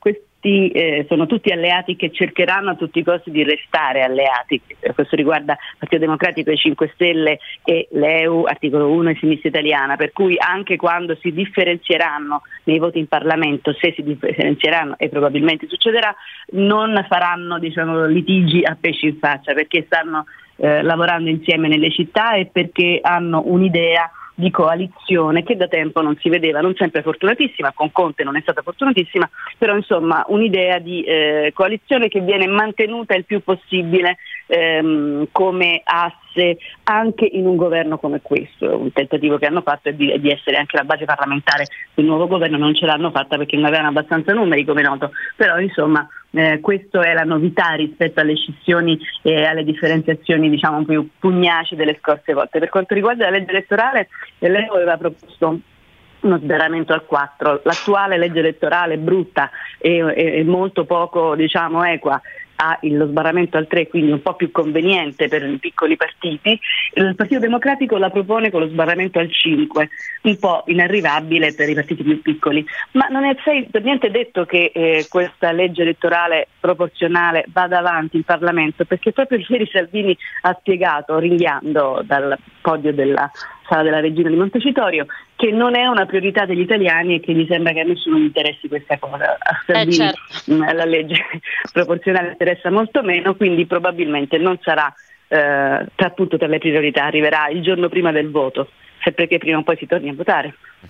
sono tutti alleati che cercheranno a tutti i costi di restare alleati. Questo riguarda il Partito Democratico e 5 Stelle e l'EU, articolo 1 e Sinistra Italiana, per cui anche quando si differenzieranno nei voti in Parlamento, se si differenzieranno e probabilmente succederà, non faranno litigi a pesci in faccia, perché stanno lavorando insieme nelle città e perché hanno un'idea di coalizione che da tempo non si vedeva, non sempre fortunatissima, con Conte non è stata fortunatissima, però insomma un'idea di coalizione che viene mantenuta il più possibile come asse anche in un governo come questo. Un tentativo che hanno fatto è di essere anche la base parlamentare del nuovo governo, non ce l'hanno fatta perché non avevano abbastanza numeri, come noto, però insomma questa è la novità rispetto alle scissioni e alle differenziazioni più pugnaci delle scorse volte. Per quanto riguarda la legge elettorale, lei aveva proposto uno sbarramento al 4, l'attuale legge elettorale è brutta e molto poco equa, ha lo sbarramento al 3, quindi un po' più conveniente per i piccoli partiti. Il Partito Democratico la propone con lo sbarramento al 5, un po' inarrivabile per i partiti più piccoli, ma non è per niente detto che questa legge elettorale proporzionale vada avanti in Parlamento, perché proprio ieri Salvini ha spiegato, ringhiando dal podio della Sala della Regina di Montecitorio, che non è una priorità degli italiani e che gli sembra che a nessuno interessi questa cosa. A Salvini la legge proporzionale interessa molto meno, quindi probabilmente non sarà appunto tra le priorità, arriverà il giorno prima del voto, sempre che prima o poi si torni a votare.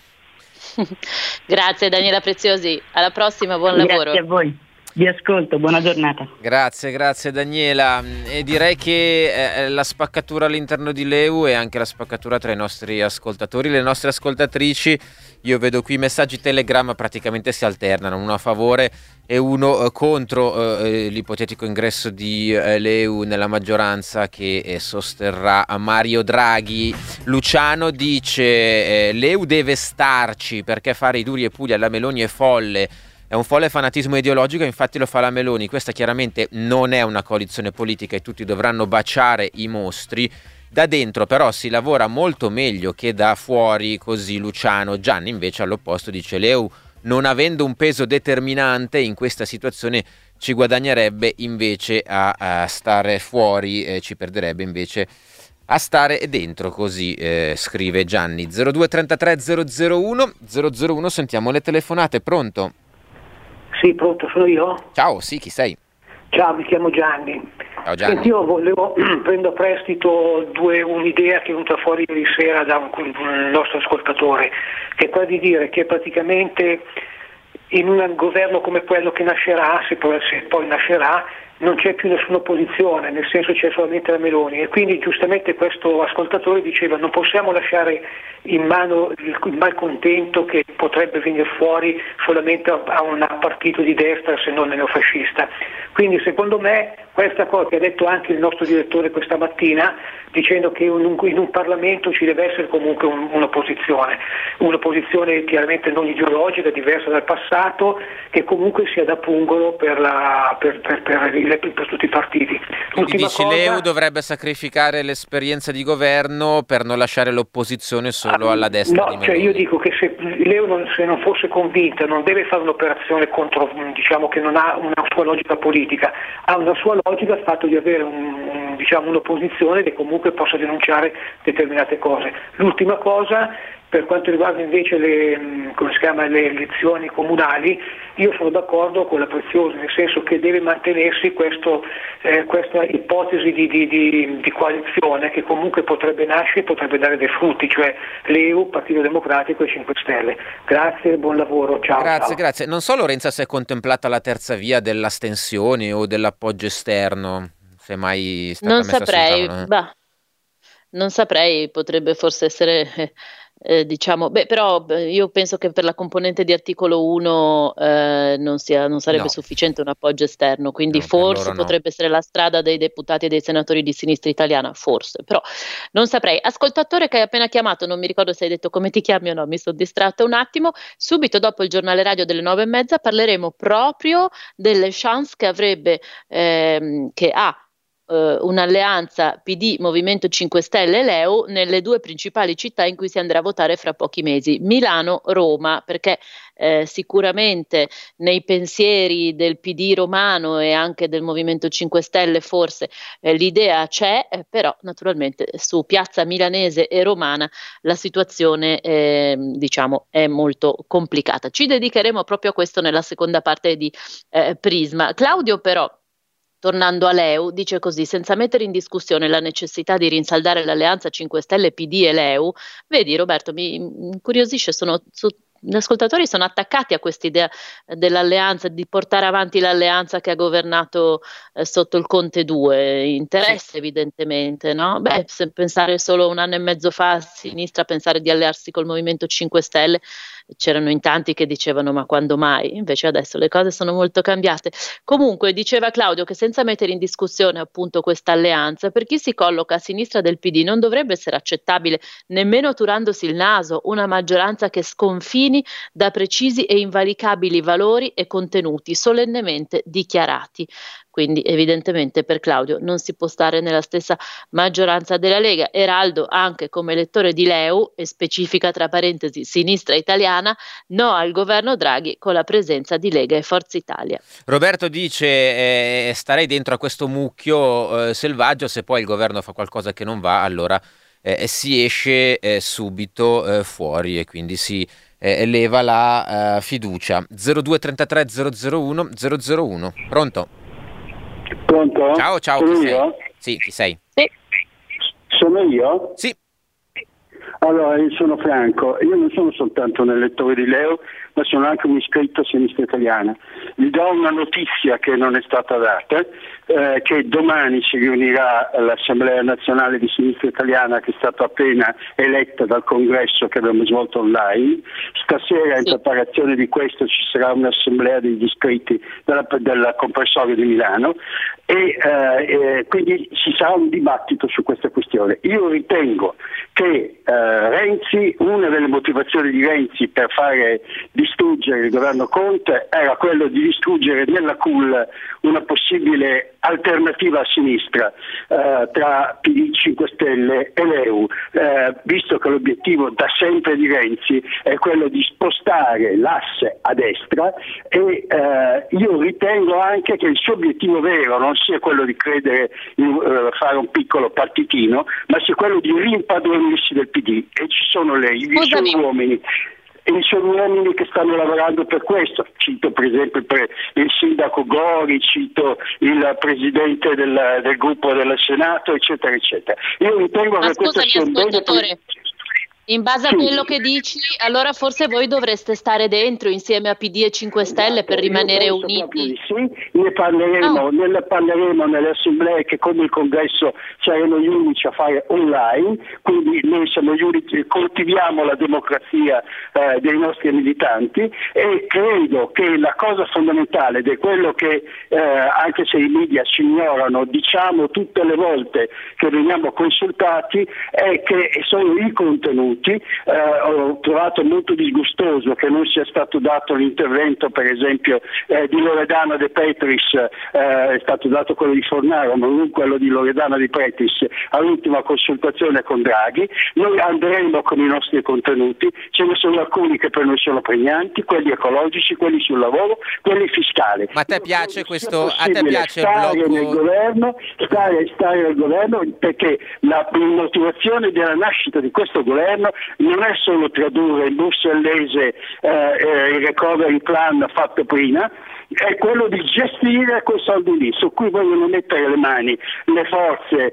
Grazie Daniela Preziosi, alla prossima, buon lavoro. Grazie a voi. Vi ascolto, buona giornata. Grazie Daniela. E direi che la spaccatura all'interno di LeU e anche la spaccatura tra i nostri ascoltatori, le nostre ascoltatrici, io vedo qui i messaggi Telegram praticamente si alternano, uno a favore e uno contro l'ipotetico ingresso di LeU nella maggioranza che sosterrà Mario Draghi. Luciano dice LeU deve starci perché fare i duri e puli alla Meloni è folle. È un folle fanatismo ideologico, infatti lo fa la Meloni. Questa chiaramente non è una coalizione politica e tutti dovranno baciare i mostri. Da dentro però si lavora molto meglio che da fuori, così Luciano. Gianni invece all'opposto dice LeU, non avendo un peso determinante in questa situazione ci guadagnerebbe invece a stare fuori, ci perderebbe invece a stare dentro, così scrive Gianni. 0233 001, sentiamo le telefonate. Pronto? Sì, pronto, sono io? Ciao, sì, chi sei? Ciao, mi chiamo Gianni. Ciao Gianni. Senti, io prendo a prestito un'idea che è venuta fuori ieri sera da un nostro ascoltatore, che è quella di dire che praticamente in un governo come quello che nascerà, se poi nascerà, non c'è più nessuna opposizione, nel senso c'è solamente la Meloni, e quindi giustamente questo ascoltatore diceva non possiamo lasciare in mano il malcontento che potrebbe venire fuori solamente a un partito di destra se non neofascista. Quindi secondo me questa cosa che ha detto anche il nostro direttore questa mattina, dicendo che in un Parlamento ci deve essere comunque un'opposizione chiaramente non ideologica, diversa dal passato, che comunque sia da pungolo per tutti i partiti. Quindi dici LeU dovrebbe sacrificare l'esperienza di governo per non lasciare l'opposizione solo alla destra di Meloni. Io dico che se LeU se non fosse convinta non deve fare un'operazione contro, che non ha una sua logica politica, ha una sua logica il fatto di avere un'opposizione che comunque possa denunciare determinate cose. L'ultima cosa, per quanto riguarda invece le elezioni comunali, io sono d'accordo con la Preziosi, nel senso che deve mantenersi questa ipotesi di coalizione che comunque potrebbe nascere, potrebbe dare dei frutti, cioè l'EU, Partito Democratico e 5 Stelle. Grazie, buon lavoro, ciao. Grazie. Non so Lorenza se è contemplata la terza via dell'astensione o dell'appoggio esterno, se è mai stata non messa saprei, sul tavolo. Non saprei, potrebbe forse essere però io penso che per la componente di articolo 1 non sarebbe sufficiente un appoggio esterno, quindi forse potrebbe essere la strada dei deputati e dei senatori di Sinistra Italiana, forse, però non saprei. Ascoltatore che hai appena chiamato, non mi ricordo se hai detto come ti chiami o no, mi sono distratta un attimo. Subito dopo il giornale radio delle 9:30 parleremo proprio delle chance che ha un'alleanza PD, Movimento 5 Stelle e Leu nelle due principali città in cui si andrà a votare fra pochi mesi, Milano, Roma, perché sicuramente nei pensieri del PD romano e anche del Movimento 5 Stelle forse l'idea c'è, però naturalmente su piazza milanese e romana la situazione diciamo è molto complicata. Ci dedicheremo proprio a questo nella seconda parte di Prisma. Claudio però, tornando a Leu, dice così: senza mettere in discussione la necessità di rinsaldare l'alleanza 5 Stelle, PD e Leu, vedi Roberto, mi incuriosisce, gli ascoltatori sono attaccati a quest'idea dell'alleanza, di portare avanti l'alleanza che ha governato sotto il Conte 2, interesse evidentemente, no? Beh, se pensare solo un anno e mezzo fa a sinistra, pensare di allearsi col Movimento 5 Stelle, c'erano in tanti che dicevano ma quando mai? Invece adesso le cose sono molto cambiate. Comunque diceva Claudio che senza mettere in discussione appunto questa alleanza, per chi si colloca a sinistra del PD non dovrebbe essere accettabile, nemmeno turandosi il naso, una maggioranza che sconfini da precisi e invalicabili valori e contenuti solennemente dichiarati. Quindi evidentemente per Claudio non si può stare nella stessa maggioranza della Lega. Eraldo, anche come elettore di Leu, e specifica tra parentesi sinistra italiana, no al governo Draghi con la presenza di Lega e Forza Italia. Roberto dice starei dentro a questo mucchio selvaggio, se poi il governo fa qualcosa che non va allora si esce subito fuori e quindi si leva la fiducia. 0233 001 001. Pronto? Pronto? Ciao, sono chi io? sei? Sì, chi sei? Sì. Sono io? Sì. Allora, io sono Franco, io non sono soltanto un elettore di Leu, ma sono anche un iscritto a Sinistra Italiana. Vi do una notizia che non è stata data, che domani si riunirà l'Assemblea Nazionale di Sinistra Italiana, che è stata appena eletta dal congresso che abbiamo svolto online. Stasera in preparazione di questo ci sarà un'assemblea degli iscritti del comprensorio di Milano e quindi ci sarà un dibattito su questa questione. Io ritengo che Renzi, una delle motivazioni di Renzi per fare distruggere il governo Conte era quello di distruggere nella CUL una possibile alternativa a sinistra tra PD 5 Stelle e Leu, visto che l'obiettivo da sempre di Renzi è quello di spostare l'asse a destra e io ritengo anche che il suo obiettivo vero non sia quello di credere in fare un piccolo partitino, ma sia quello di rimpadronirsi del PD, e ci sono i suoi uomini che stanno lavorando per questo. Cito per esempio il sindaco Gori, cito il presidente del gruppo del Senato, eccetera eccetera. Io ritengo che questo sia un bene. In base a quello che dici, allora forse voi dovreste stare dentro insieme a PD e 5 Stelle per rimanere uniti. Sì, ne parleremo nelle assemblee che come il congresso saremo gli unici a fare online, quindi noi siamo gli unici, coltiviamo la democrazia dei nostri militanti e credo che la cosa fondamentale ed è quello che anche se i media ci ignorano, diciamo tutte le volte che veniamo consultati, è che sono i contenuti. Ho trovato molto disgustoso che non sia stato dato l'intervento per esempio di Loredana De Petris, è stato dato quello di Fornaro ma non quello di Loredana De Petris all'ultima consultazione con Draghi. Noi andremo con i nostri contenuti, ce ne sono alcuni che per noi sono pregnanti, quelli ecologici, quelli sul lavoro, quelli fiscali. Ma a te piace questo? A te piace il stare blocco? Nel governo, stare al governo, perché la motivazione della nascita di questo governo non è solo tradurre in bruxellese il recovery plan fatto prima, è quello di gestire quei soldi lì su cui vogliono mettere le mani le forze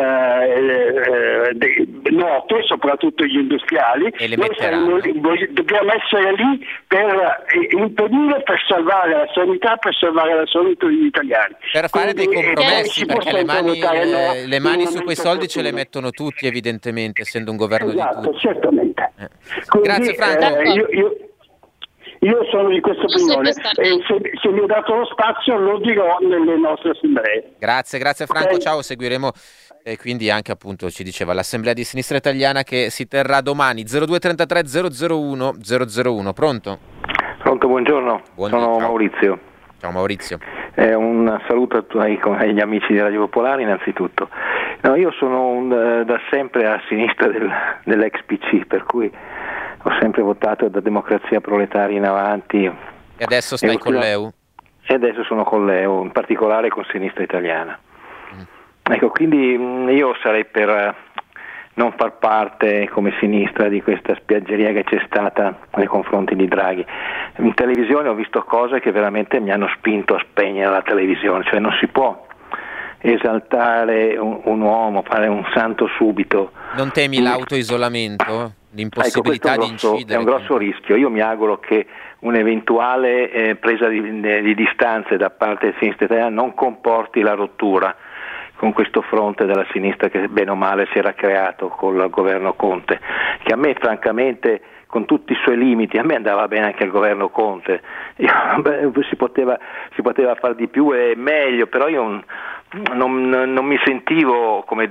note, soprattutto gli industriali. E le dobbiamo essere lì per impedire, per salvare la sanità, per salvare la salute degli italiani. Per fare dei compromessi, perché le mani su quei soldi ce le mettono tutti evidentemente, essendo un governo di tutti. Certamente. Quindi, Grazie Franco. Io sono di questa opinione e se mi ho dato lo spazio lo dirò nelle nostre assemblee. Grazie Franco, okay. Ciao, seguiremo quindi anche appunto ci diceva l'Assemblea di Sinistra Italiana che si terrà domani. 0233 001 001. Pronto? Pronto, buongiorno. Sono ciao. Maurizio. Ciao Maurizio. Un saluto agli amici di Radio Popolare innanzitutto. No, io sono da sempre a sinistra dell'ex PC, per cui ho sempre votato da Democrazia Proletaria in avanti. E adesso stai con l'EU? E adesso sono con l'EU, in particolare con Sinistra Italiana. Ecco, quindi io sarei per non far parte come sinistra di questa spiaggeria che c'è stata nei confronti di Draghi. In televisione ho visto cose che veramente mi hanno spinto a spegnere la televisione, cioè non si può esaltare un uomo, fare un santo subito. Non temi l'autoisolamento? L'impossibilità di incidere? È un grosso rischio. Io mi auguro che un'eventuale presa di distanze da parte di Sinistra Italiana non comporti la rottura con questo fronte della sinistra che bene o male si era creato col governo Conte, che a me francamente, con tutti i suoi limiti, a me andava bene anche il governo Conte, si poteva far di più e meglio, però io non mi sentivo, come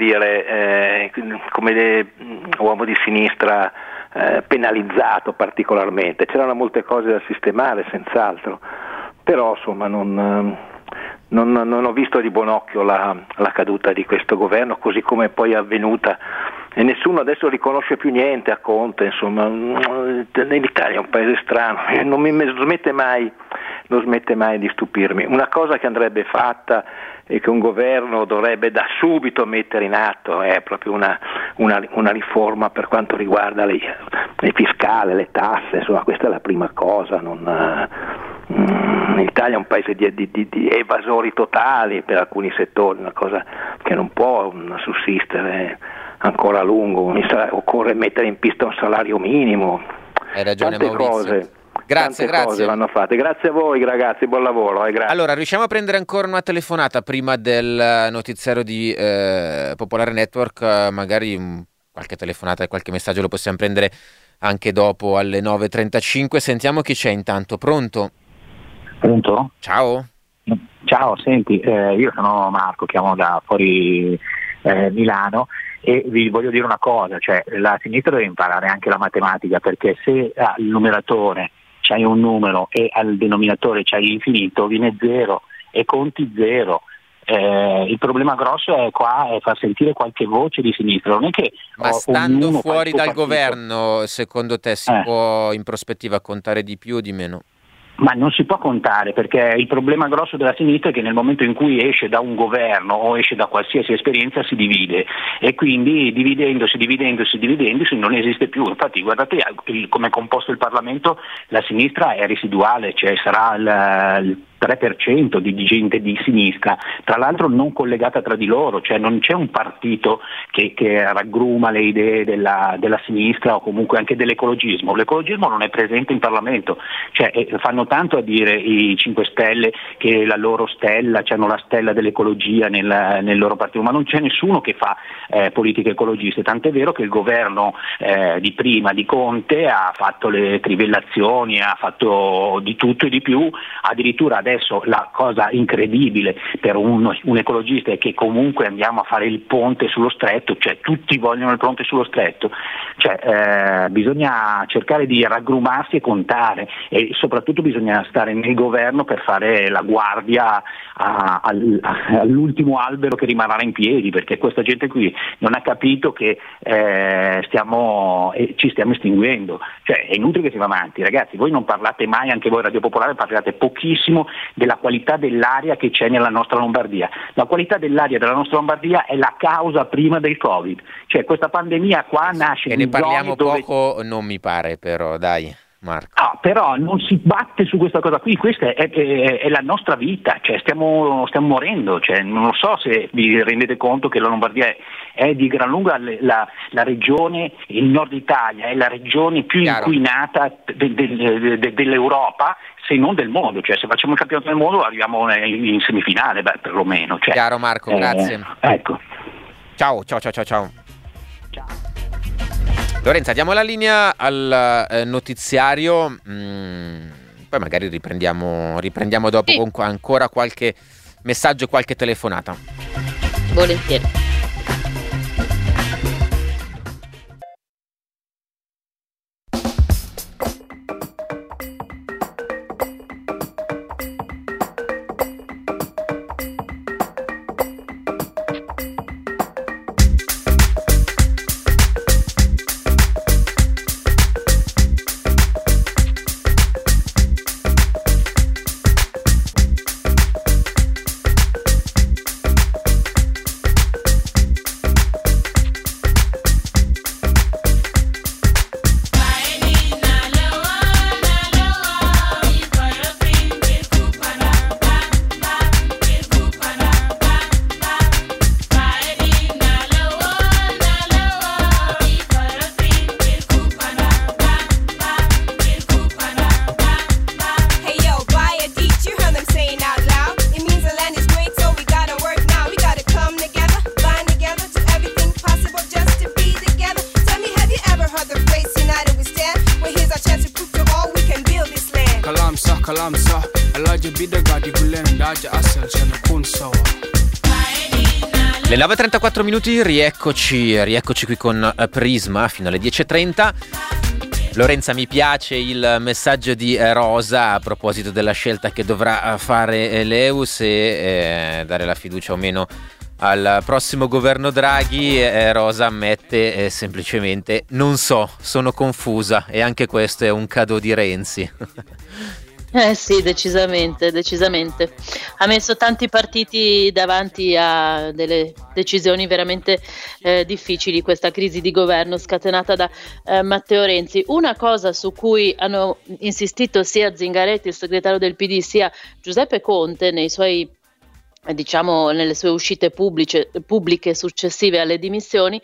uomo di sinistra penalizzato particolarmente. C'erano molte cose da sistemare senz'altro, però insomma non ho visto di buon occhio la caduta di questo governo, così come poi è avvenuta, e nessuno adesso riconosce più niente a Conte. Insomma, l'Italia è un paese strano, non smette mai di stupirmi. Una cosa che andrebbe fatta e che un governo dovrebbe da subito mettere in atto è proprio una riforma per quanto riguarda le fiscale, le tasse, insomma questa è la prima cosa. L'Italia è un paese di evasori totali per alcuni settori, una cosa che non può sussistere ancora a lungo. Occorre mettere in pista un salario minimo. Hai ragione, tante Maurizio. Cose. Grazie. Cose vanno fatte. Grazie a voi ragazzi, buon lavoro. Grazie. Allora, riusciamo a prendere ancora una telefonata prima del notiziario di Popolare Network? Magari qualche telefonata e qualche messaggio lo possiamo prendere anche dopo alle 9.35. Sentiamo chi c'è intanto. Pronto? Pronto? Ciao. Ciao, senti, io sono Marco, chiamo da fuori Milano e vi voglio dire una cosa, cioè la sinistra deve imparare anche la matematica, perché se al numeratore c'hai un numero e al denominatore c'hai l'infinito, viene zero e conti zero. Il problema grosso è qua far sentire qualche voce di sinistra, non è che ma stando fuori dal governo, secondo te si può in prospettiva contare di più o di meno? Ma non si può contare, perché il problema grosso della sinistra è che nel momento in cui esce da un governo o esce da qualsiasi esperienza si divide, e quindi dividendosi non esiste più. Infatti guardate come è composto il Parlamento, la sinistra è residuale, cioè sarà il 3% di gente di sinistra, tra l'altro non collegata tra di loro, cioè non c'è un partito che raggruma le idee della sinistra o comunque anche dell'ecologismo. L'ecologismo non è presente in Parlamento, cioè fanno tanto a dire i 5 Stelle che la loro stella, hanno la stella dell'ecologia nel loro partito, ma non c'è nessuno che fa politiche ecologiste, tant'è vero che il governo di prima di Conte ha fatto le trivellazioni, ha fatto di tutto e di più, addirittura adesso la cosa incredibile per un ecologista è che comunque andiamo a fare il ponte sullo stretto, cioè tutti vogliono il ponte sullo stretto, cioè bisogna cercare di raggrumarsi e contare, e soprattutto bisogna stare nel governo per fare la guardia all'ultimo albero che rimarrà in piedi, perché questa gente qui non ha capito che ci stiamo estinguendo, cioè è inutile che si va avanti. Ragazzi, voi non parlate mai, anche voi Radio Popolare parlate pochissimo della qualità dell'aria che c'è nella nostra Lombardia. La qualità dell'aria della nostra Lombardia è la causa prima del Covid, cioè questa pandemia qua nasce e ne parliamo poco, non mi pare, però dai Marco. No, però non si batte su questa cosa qui, questa è la nostra vita, cioè stiamo morendo, cioè non lo so se vi rendete conto che la Lombardia è di gran lunga la regione, il nord Italia è la regione più inquinata dell'Europa, se non del mondo, cioè se facciamo il campionato del mondo arriviamo in semifinale, perlomeno. Cioè, chiaro Marco, grazie. Ecco. Ciao. Lorenza, diamo la linea al notiziario, poi magari riprendiamo dopo con ancora qualche messaggio e qualche telefonata. Volentieri. kalamsa alaje bidaga di gulen daje asal sana kun sawa. Le 9:34 minuti, rieccoci qui con Prisma fino alle 10:30. Lorenza, mi piace il messaggio di Rosa a proposito della scelta che dovrà fare l'EU, se dare la fiducia o meno al prossimo governo Draghi. Rosa ammette semplicemente: non so, sono confusa, e anche questo è un cadeau di Renzi. Sì, decisamente. Ha messo tanti partiti davanti a delle decisioni veramente difficili, questa crisi di governo scatenata da Matteo Renzi. Una cosa su cui hanno insistito sia Zingaretti, il segretario del PD, sia Giuseppe Conte nelle sue uscite pubbliche successive alle dimissioni,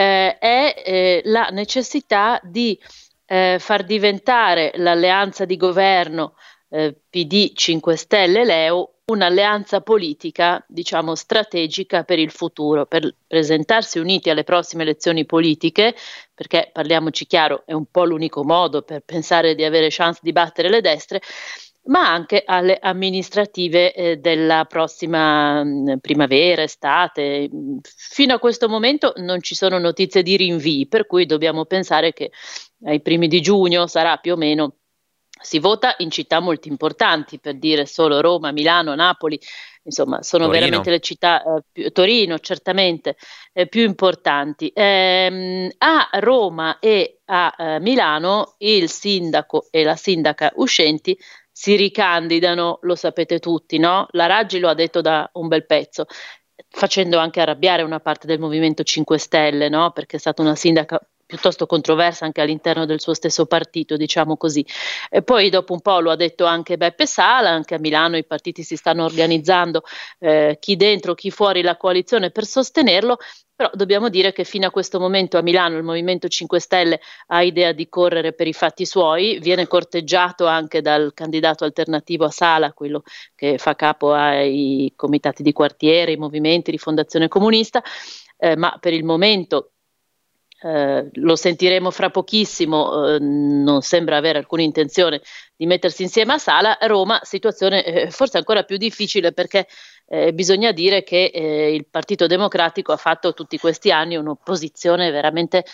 è la necessità di far diventare l'alleanza di governo PD 5 Stelle Leu un'alleanza politica, strategica per il futuro, per presentarsi uniti alle prossime elezioni politiche, perché, parliamoci chiaro, è un po' l'unico modo per pensare di avere chance di battere le destre, ma anche alle amministrative della prossima primavera, estate. Fino a questo momento non ci sono notizie di rinvii, per cui dobbiamo pensare che ai primi di giugno sarà più o meno. Si vota in città molto importanti, per dire solo Roma, Milano, Napoli, insomma sono Torino. Veramente le città, Torino certamente, più importanti. A Roma e a Milano il sindaco e la sindaca uscenti si ricandidano, lo sapete tutti, no? La Raggi lo ha detto da un bel pezzo, facendo anche arrabbiare una parte del Movimento 5 Stelle, no? Perché è stata una sindaca piuttosto controversa anche all'interno del suo stesso partito, diciamo così. E poi dopo un po' lo ha detto anche Beppe Sala, anche a Milano i partiti si stanno organizzando, chi dentro, chi fuori la coalizione, per sostenerlo, però dobbiamo dire che fino a questo momento a Milano il Movimento 5 Stelle ha idea di correre per i fatti suoi, viene corteggiato anche dal candidato alternativo a Sala, quello che fa capo ai comitati di quartiere, i movimenti di Fondazione Comunista, ma per il momento lo sentiremo fra pochissimo, non sembra avere alcuna intenzione di mettersi insieme a Sala. Roma, situazione forse ancora più difficile, perché bisogna dire che il Partito Democratico ha fatto tutti questi anni un'opposizione veramente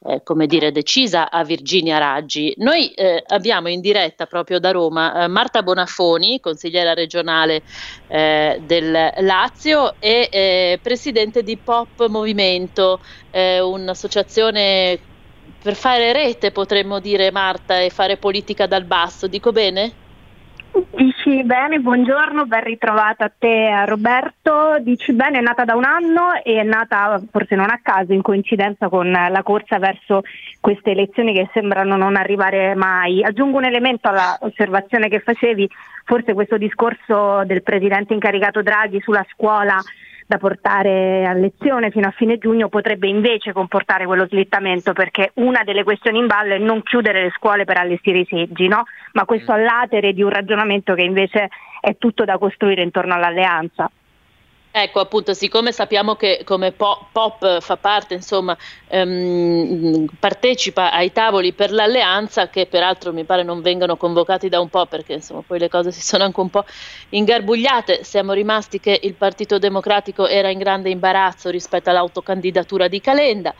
decisa a Virginia Raggi. Noi abbiamo in diretta proprio da Roma Marta Bonafoni, consigliera regionale del Lazio e presidente di Pop Movimento, un'associazione per fare rete, potremmo dire, Marta, e fare politica dal basso. Dico bene? Dici bene, buongiorno, ben ritrovata a te, a Roberto. Dici bene, è nata da un anno e è nata forse non a caso, in coincidenza con la corsa verso queste elezioni che sembrano non arrivare mai. Aggiungo un elemento alla osservazione che facevi, forse questo discorso del presidente incaricato Draghi sulla scuola da portare a lezione fino a fine giugno potrebbe invece comportare quello slittamento, perché una delle questioni in ballo è non chiudere le scuole per allestire i seggi, no? Ma questo all'atere di un ragionamento che invece è tutto da costruire intorno all'alleanza. Ecco, appunto, siccome sappiamo che come Pop fa parte, insomma, partecipa ai tavoli per l'alleanza, che peraltro mi pare non vengano convocati da un po', perché insomma poi le cose si sono anche un po' ingarbugliate, siamo rimasti che il Partito Democratico era in grande imbarazzo rispetto all'autocandidatura di Calenda,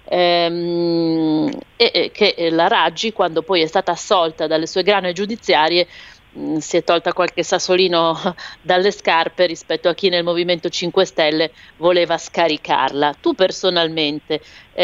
e che la Raggi, quando poi è stata assolta dalle sue grane giudiziarie, si è tolta qualche sassolino dalle scarpe rispetto a chi nel Movimento 5 Stelle voleva scaricarla. Tu personalmente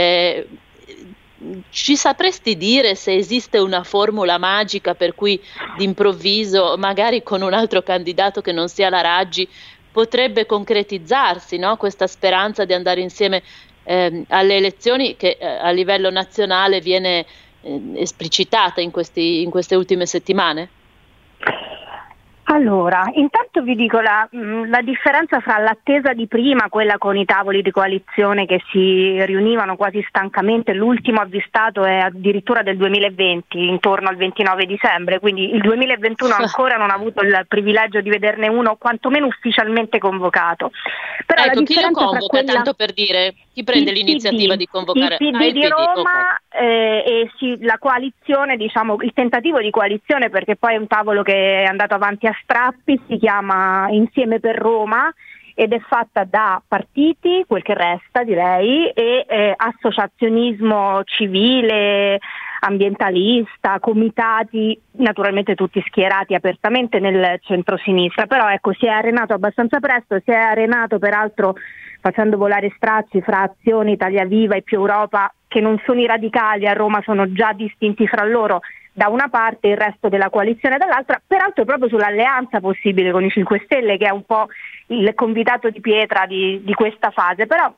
ci sapresti dire se esiste una formula magica per cui d'improvviso, magari con un altro candidato che non sia la Raggi, potrebbe concretizzarsi, no? Questa speranza di andare insieme alle elezioni che a livello nazionale viene esplicitata in queste ultime settimane? Allora, intanto vi dico la differenza fra l'attesa di prima, quella con i tavoli di coalizione che si riunivano quasi stancamente, l'ultimo avvistato è addirittura del 2020, intorno al 29 dicembre, quindi il 2021 ancora non ha avuto il privilegio di vederne uno quantomeno ufficialmente convocato. Però ecco, chi lo convoca, tanto per dire, chi prende l'iniziativa di convocare? Il PD di Roma la coalizione, diciamo, il tentativo di coalizione, perché poi è un tavolo che è andato avanti a strappi, si chiama Insieme per Roma ed è fatta da partiti, quel che resta direi, e associazionismo civile, ambientalista, comitati, naturalmente tutti schierati apertamente nel centro-sinistra, però ecco, si è arenato abbastanza presto, si è arenato peraltro facendo volare strazzi fra Azione, Italia Viva e Più Europa, che non sono i radicali, a Roma sono già distinti fra loro da una parte e il resto della coalizione dall'altra, peraltro proprio sull'alleanza possibile con i 5 Stelle, che è un po' il convitato di pietra di questa fase. Però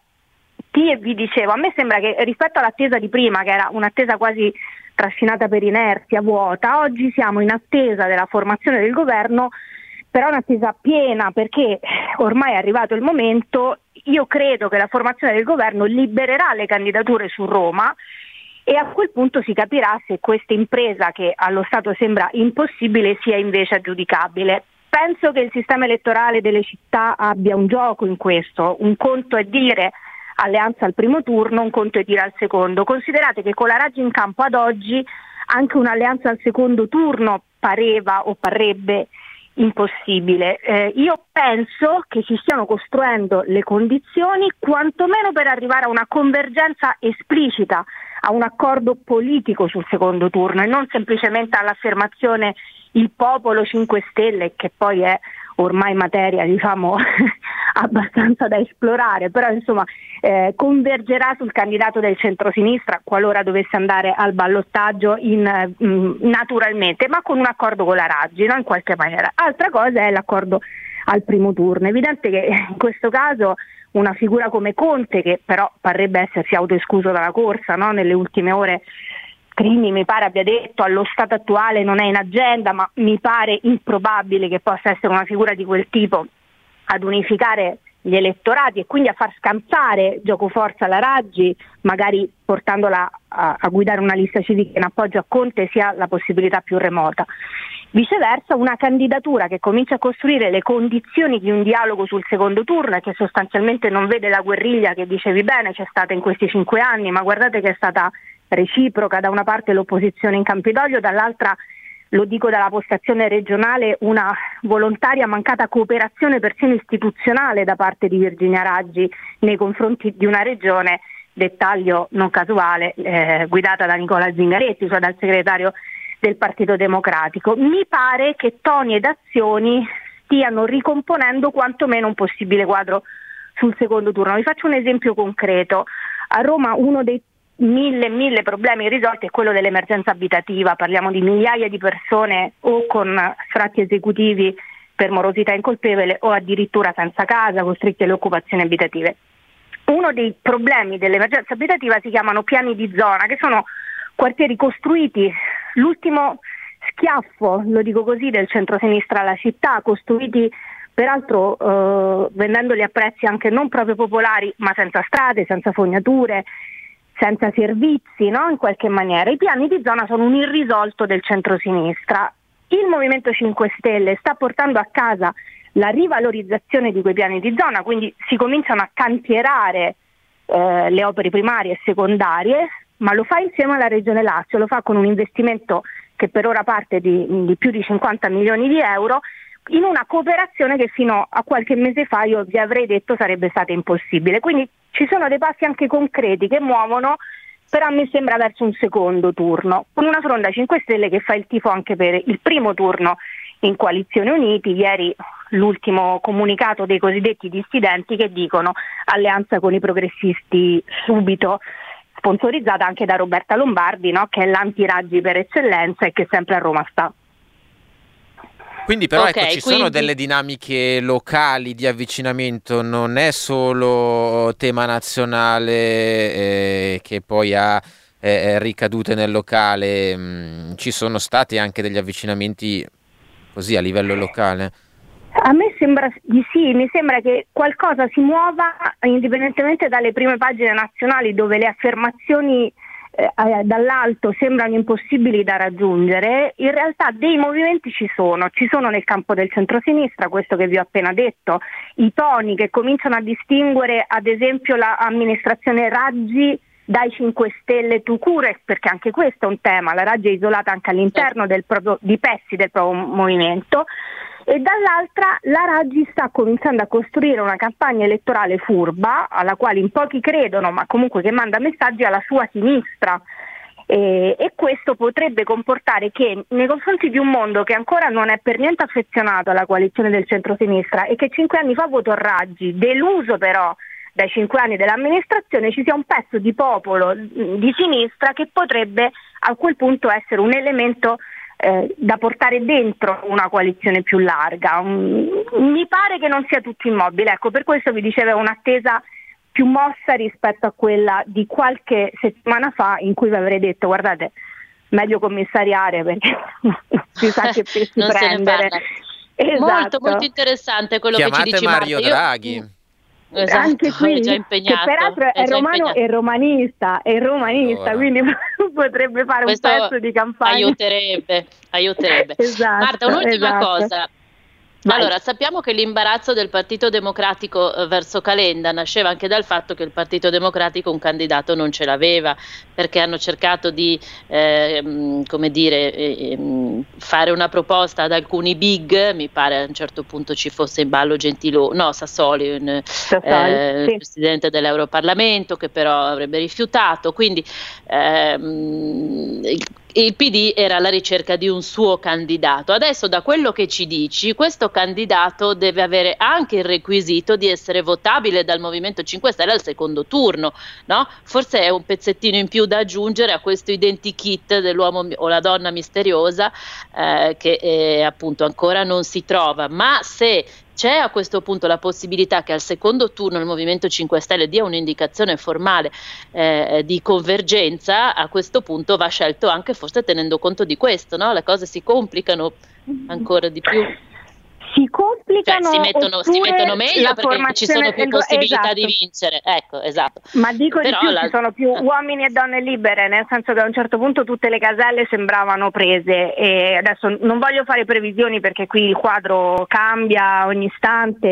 vi dicevo, a me sembra che rispetto all'attesa di prima, che era un'attesa quasi trascinata per inerzia, vuota, oggi siamo in attesa della formazione del governo, però un'attesa piena, perché ormai è arrivato il momento. Io credo che la formazione del governo libererà le candidature su Roma e a quel punto si capirà se questa impresa, che allo Stato sembra impossibile, sia invece aggiudicabile. Penso che il sistema elettorale delle città abbia un gioco in questo. Un conto è dire alleanza al primo turno, un conto è dire al secondo. Considerate che con la Raggi in campo ad oggi anche un'alleanza al secondo turno pareva o parrebbe impossibile. Io penso che si stiano costruendo le condizioni quantomeno per arrivare a una convergenza esplicita, a un accordo politico sul secondo turno e non semplicemente all'affermazione il popolo 5 Stelle, che poi è ormai materia, diciamo, abbastanza da esplorare, però insomma convergerà sul candidato del centrosinistra qualora dovesse andare al ballottaggio naturalmente, ma con un accordo con la Raggi, no? In qualche maniera. Altra cosa è l'accordo al primo turno. È evidente che in questo caso una figura come Conte, che però parrebbe essersi autoescluso dalla corsa, no? Nelle ultime ore Crimi mi pare abbia detto allo stato attuale non è in agenda, ma mi pare improbabile che possa essere una figura di quel tipo ad unificare gli elettorati e quindi a far scansare giocoforza alla Raggi, magari portandola a guidare una lista civica in appoggio a Conte, sia la possibilità più remota. Viceversa, una candidatura che comincia a costruire le condizioni di un dialogo sul secondo turno e che sostanzialmente non vede la guerriglia che dicevi bene c'è stata in questi 5 anni, ma guardate che è stata reciproca, da una parte l'opposizione in Campidoglio, dall'altra, lo dico dalla postazione regionale, una volontaria mancata cooperazione persino istituzionale da parte di Virginia Raggi nei confronti di una regione, dettaglio non casuale, guidata da Nicola Zingaretti, cioè dal segretario del Partito Democratico. Mi pare che toni ed azioni stiano ricomponendo quantomeno un possibile quadro sul secondo turno. Vi faccio un esempio concreto. A Roma uno dei mille problemi irrisolti è quello dell'emergenza abitativa. Parliamo di migliaia di persone o con sfratti esecutivi per morosità incolpevole o addirittura senza casa, costretti alle occupazioni abitative. Uno dei problemi dell'emergenza abitativa si chiamano piani di zona, che sono quartieri costruiti, l'ultimo schiaffo, lo dico così, del centro-sinistra alla città, costruiti peraltro vendendoli a prezzi anche non proprio popolari, ma senza strade, senza fognature, senza servizi, no? In qualche maniera. I piani di zona sono un irrisolto del centrosinistra. Il Movimento 5 Stelle sta portando a casa la rivalorizzazione di quei piani di zona, quindi si cominciano a cantierare le opere primarie e secondarie, ma lo fa insieme alla Regione Lazio, lo fa con un investimento che per ora parte di più di 50 milioni di euro, in una cooperazione che fino a qualche mese fa io vi avrei detto sarebbe stata impossibile. Quindi ci sono dei passi anche concreti che muovono, però mi sembra verso un secondo turno, con una fronda 5 Stelle che fa il tifo anche per il primo turno in coalizione Uniti. Ieri l'ultimo comunicato dei cosiddetti dissidenti che dicono alleanza con i progressisti subito, sponsorizzata anche da Roberta Lombardi, no? Che è l'anti-Raggi per eccellenza e che sempre a Roma sta. Quindi però ecco, ci sono delle dinamiche locali di avvicinamento, non è solo tema nazionale che poi ha ricadute nel locale, ci sono stati anche degli avvicinamenti così a livello locale? A me sembra di sì, mi sembra che qualcosa si muova indipendentemente dalle prime pagine nazionali dove le affermazioni dall'alto sembrano impossibili da raggiungere. In realtà dei movimenti ci sono nel campo del centrosinistra, questo che vi ho appena detto, i toni che cominciano a distinguere ad esempio l'amministrazione Raggi dai 5 Stelle tout court, perché anche questo è un tema, la Raggi è isolata anche all'interno di pezzi del proprio movimento, e dall'altra la Raggi sta cominciando a costruire una campagna elettorale furba, alla quale in pochi credono, ma comunque che manda messaggi alla sua sinistra. E questo potrebbe comportare che nei confronti di un mondo che ancora non è per niente affezionato alla coalizione del centro-sinistra e che 5 anni fa votò Raggi, deluso però dai 5 anni dell'amministrazione, ci sia un pezzo di popolo di sinistra che potrebbe a quel punto essere un elemento da portare dentro una coalizione più larga. Mi pare che non sia tutto immobile, ecco, per questo vi dicevo un'attesa più mossa rispetto a quella di qualche settimana fa, in cui vi avrei detto guardate, meglio commissariare perché si sa che pesci non prendere. Esatto. Molto interessante quello Chiamate che ci dici, Mario Marta. Draghi. Esatto, anche qui, è già impegnato, che peraltro è romano e romanista, Allora. quindi potrebbe fare questo un pezzo di campagna. Aiuterebbe. Esatto, Marta, un'ultima esatto. cosa. Vai. Allora, sappiamo che l'imbarazzo del Partito Democratico verso Calenda nasceva anche dal fatto che il Partito Democratico un candidato non ce l'aveva, perché hanno cercato di fare una proposta ad alcuni big, mi pare a un certo punto ci fosse in ballo Sassoli, il Presidente dell'Europarlamento, che però avrebbe rifiutato, quindi il PD era alla ricerca di un suo candidato. Adesso, da quello che ci dici, questo candidato deve avere anche il requisito di essere votabile dal Movimento 5 Stelle al secondo turno, no? Forse è un pezzettino in più da aggiungere a questo identikit dell'uomo o la donna misteriosa che appunto ancora non si trova, ma se c'è a questo punto la possibilità che al secondo turno il Movimento 5 Stelle dia un'indicazione formale di convergenza, a questo punto va scelto anche forse tenendo conto di questo, no? Le cose si complicano ancora di più. Si complicano, si mettono meglio perché ci sono più possibilità di vincere. Ecco, esatto. Ma dico di più, ci sono più uomini e donne libere, nel senso che a un certo punto tutte le caselle sembravano prese, e adesso non voglio fare previsioni perché qui il quadro cambia ogni istante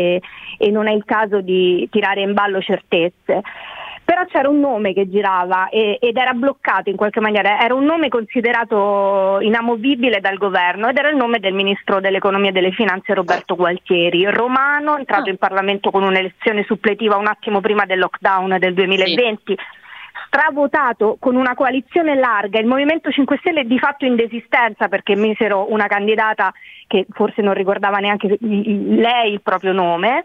e non è il caso di tirare in ballo certezze. Però c'era un nome che girava ed era bloccato in qualche maniera, era un nome considerato inamovibile dal governo ed era il nome del ministro dell'economia e delle finanze Roberto Gualtieri, romano, entrato in Parlamento con un'elezione suppletiva un attimo prima del lockdown del 2020, stravotato con una coalizione larga. Il Movimento 5 Stelle è di fatto in desistenza perché misero una candidata che forse non ricordava neanche lei il proprio nome,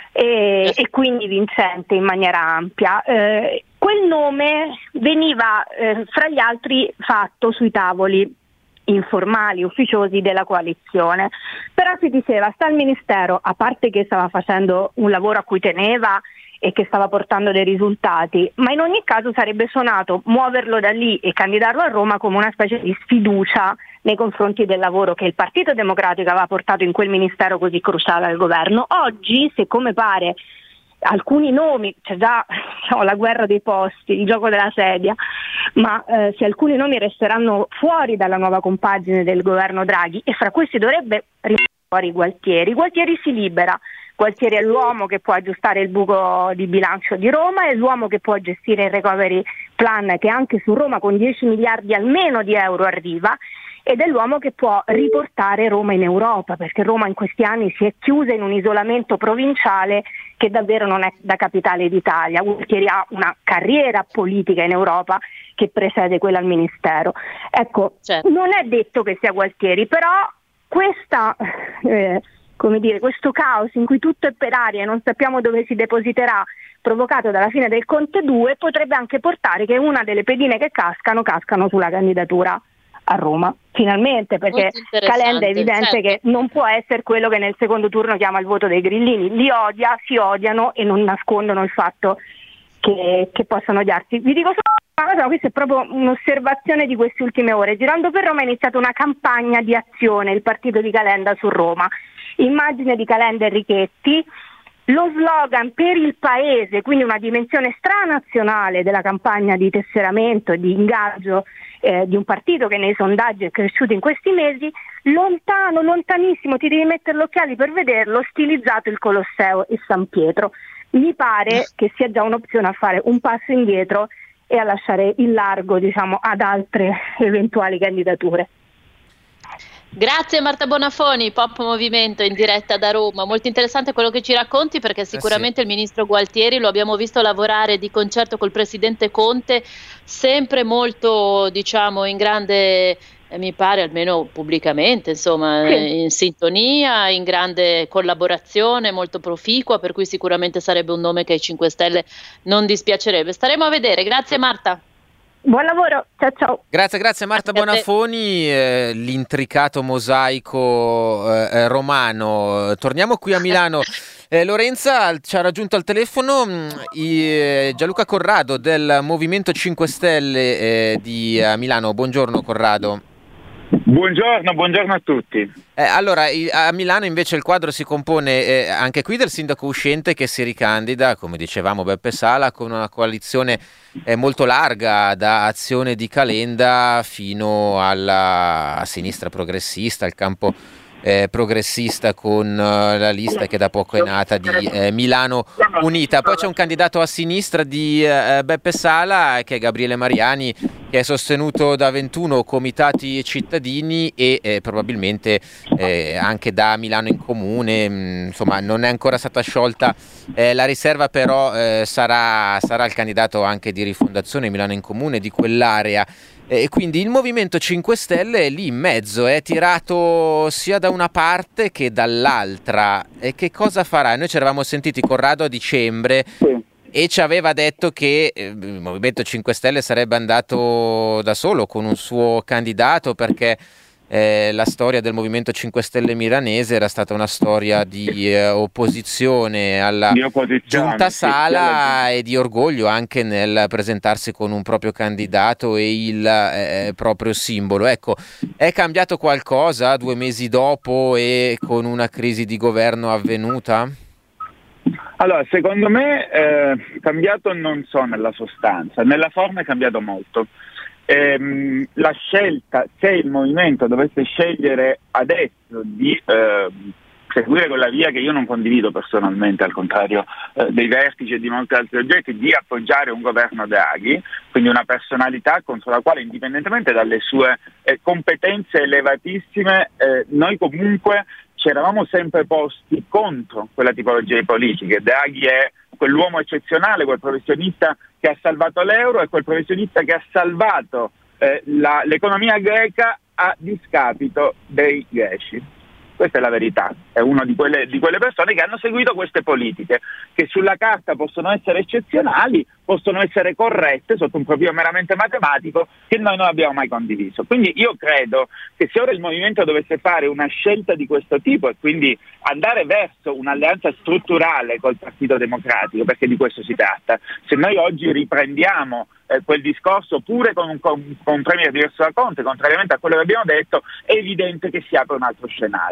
e quindi vincente in maniera ampia. Quel nome veniva fra gli altri fatto sui tavoli informali, ufficiosi della coalizione, però si diceva sta al Ministero, a parte che stava facendo un lavoro a cui teneva e che stava portando dei risultati, ma in ogni caso sarebbe suonato muoverlo da lì e candidarlo a Roma come una specie di sfiducia nei confronti del lavoro che il Partito Democratico aveva portato in quel ministero così cruciale al governo. Oggi, se come pare alcuni nomi, c'è già la guerra dei posti, il gioco della sedia, ma se alcuni nomi resteranno fuori dalla nuova compagine del governo Draghi, e fra questi dovrebbe rimanere fuori Gualtieri si libera. Gualtieri è l'uomo che può aggiustare il buco di bilancio di Roma, è l'uomo che può gestire il recovery plan che anche su Roma con 10 miliardi almeno di euro arriva, ed è l'uomo che può riportare Roma in Europa, perché Roma in questi anni si è chiusa in un isolamento provinciale che davvero non è da capitale d'Italia. Gualtieri ha una carriera politica in Europa che precede quella al Ministero. Ecco, non è detto che sia Gualtieri, però questo caos in cui tutto è per aria e non sappiamo dove si depositerà, provocato dalla fine del Conte 2, potrebbe anche portare che una delle pedine che cascano sulla candidatura a Roma, finalmente, perché Calenda è evidente che non può essere quello che nel secondo turno chiama il voto dei grillini, si odiano e non nascondono il fatto che possano odiarsi. Vi dico solo una cosa, questa è proprio un'osservazione di queste ultime ore. Girando per Roma è iniziata una campagna di azione, il partito di Calenda su Roma, immagine di Calenda e Richetti, lo slogan per il paese, quindi una dimensione stranazionale della campagna di tesseramento e di ingaggio di un partito che nei sondaggi è cresciuto in questi mesi, lontanissimo, ti devi mettere gli occhiali per vederlo, stilizzato il Colosseo e San Pietro. Mi pare che sia già un'opzione a fare un passo indietro e a lasciare il largo, diciamo, ad altre eventuali candidature. Grazie Marta Bonafoni, Pop Movimento in diretta da Roma. Molto interessante quello che ci racconti, perché sicuramente il ministro Gualtieri lo abbiamo visto lavorare di concerto col presidente Conte, sempre molto, diciamo, in grande, mi pare almeno pubblicamente, insomma, in sintonia, in grande collaborazione, molto proficua, per cui sicuramente sarebbe un nome che ai 5 Stelle non dispiacerebbe. Staremo a vedere. Grazie Marta. Buon lavoro, ciao. Grazie Marta Bonafoni, l'intricato mosaico romano. Torniamo qui a Milano. Lorenza ci ha raggiunto al telefono Gianluca Corrado del Movimento 5 Stelle di Milano. Buongiorno Corrado. Buongiorno a tutti. Allora, a Milano invece il quadro si compone anche qui del sindaco uscente che si ricandida, come dicevamo Beppe Sala, con una coalizione molto larga, da Azione di Calenda fino alla sinistra progressista, il campo progressista con la lista che da poco è nata di Milano Unita. Poi c'è un candidato a sinistra di Beppe Sala, che è Gabriele Mariani, che è sostenuto da 21 comitati cittadini e probabilmente anche da Milano in Comune. Insomma, non è ancora stata sciolta la riserva, però sarà il candidato anche di Rifondazione Milano in Comune di quell'area. E quindi il Movimento 5 Stelle è lì in mezzo, è tirato sia da una parte che dall'altra. E che cosa farà? Noi ci eravamo sentiti Corrado a dicembre e ci aveva detto che il Movimento 5 Stelle sarebbe andato da solo con un suo candidato, perché la storia del Movimento 5 Stelle milanese era stata una storia di opposizione alla Giunta Sala e di orgoglio anche nel presentarsi con un proprio candidato e il proprio simbolo. Ecco, è cambiato qualcosa 2 mesi dopo e con una crisi di governo avvenuta? Allora, secondo me cambiato non so nella sostanza, nella forma è cambiato molto. La scelta, se il movimento dovesse scegliere adesso di seguire quella via che io non condivido personalmente, al contrario dei vertici e di molti altri oggetti, di appoggiare un governo Draghi, quindi una personalità contro la quale, indipendentemente dalle sue competenze elevatissime, noi comunque ci eravamo sempre posti contro quella tipologia di politiche. Draghi è quell'uomo eccezionale, quel professionista che ha salvato l'euro e quel professionista che ha salvato l'economia greca a discapito dei greci. Questa è la verità, è una di quelle persone che hanno seguito queste politiche, che sulla carta possono essere eccezionali, possono essere corrette sotto un profilo meramente matematico, che noi non abbiamo mai condiviso. Quindi io credo che se ora il movimento dovesse fare una scelta di questo tipo e quindi andare verso un'alleanza strutturale col Partito Democratico, perché di questo si tratta, se noi oggi riprendiamo quel discorso pure con un premier diverso da Conte, contrariamente a quello che abbiamo detto, è evidente che si apre un altro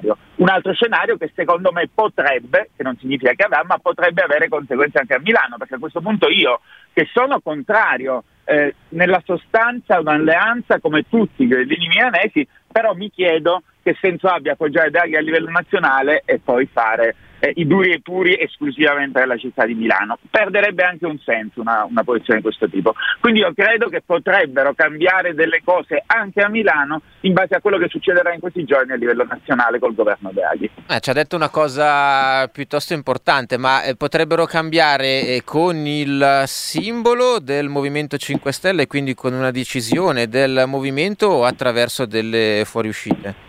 scenario che secondo me potrebbe, che non significa che avrà, ma potrebbe avere conseguenze anche a Milano, perché a questo punto io, che sono contrario nella sostanza a un'alleanza come tutti i grillini milanesi, però mi chiedo che senso abbia appoggiare Draghi a livello nazionale e poi fare i duri e puri esclusivamente nella città di Milano. Perderebbe anche un senso una posizione di questo tipo. Quindi io credo che potrebbero cambiare delle cose anche a Milano in base a quello che succederà in questi giorni a livello nazionale col governo Draghi. Ci ha detto una cosa piuttosto importante, ma potrebbero cambiare con il simbolo del Movimento 5 Stelle, quindi con una decisione del movimento o attraverso delle fuoriuscite?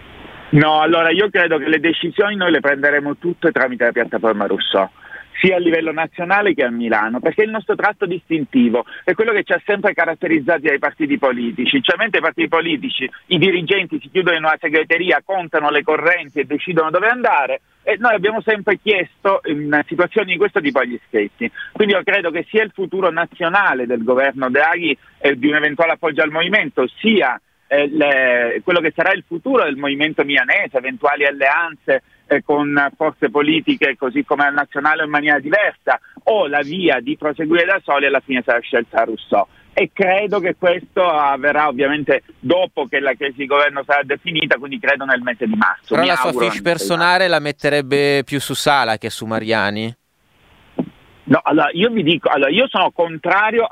No, allora io credo che le decisioni noi le prenderemo tutte tramite la piattaforma Rousseau, sia a livello nazionale che a Milano, perché il nostro tratto distintivo è quello che ci ha sempre caratterizzati dai partiti politici, cioè mentre i partiti politici, i dirigenti si chiudono in una segreteria, contano le correnti e decidono dove andare, e noi abbiamo sempre chiesto in situazioni di questo tipo agli iscritti. Quindi io credo che sia il futuro nazionale del governo Draghi e di un eventuale appoggio al movimento, sia quello che sarà il futuro del movimento milanese, eventuali alleanze con forze politiche così come al nazionale o in maniera diversa, o la via di proseguire da soli, alla fine sarà scelta Rousseau. E credo che questo avverrà ovviamente dopo che la crisi di governo sarà definita, quindi credo nel mese di marzo. Però la sua fiche personale la metterebbe più su Sala che su Mariani? No, allora io vi dico, io sono contrario,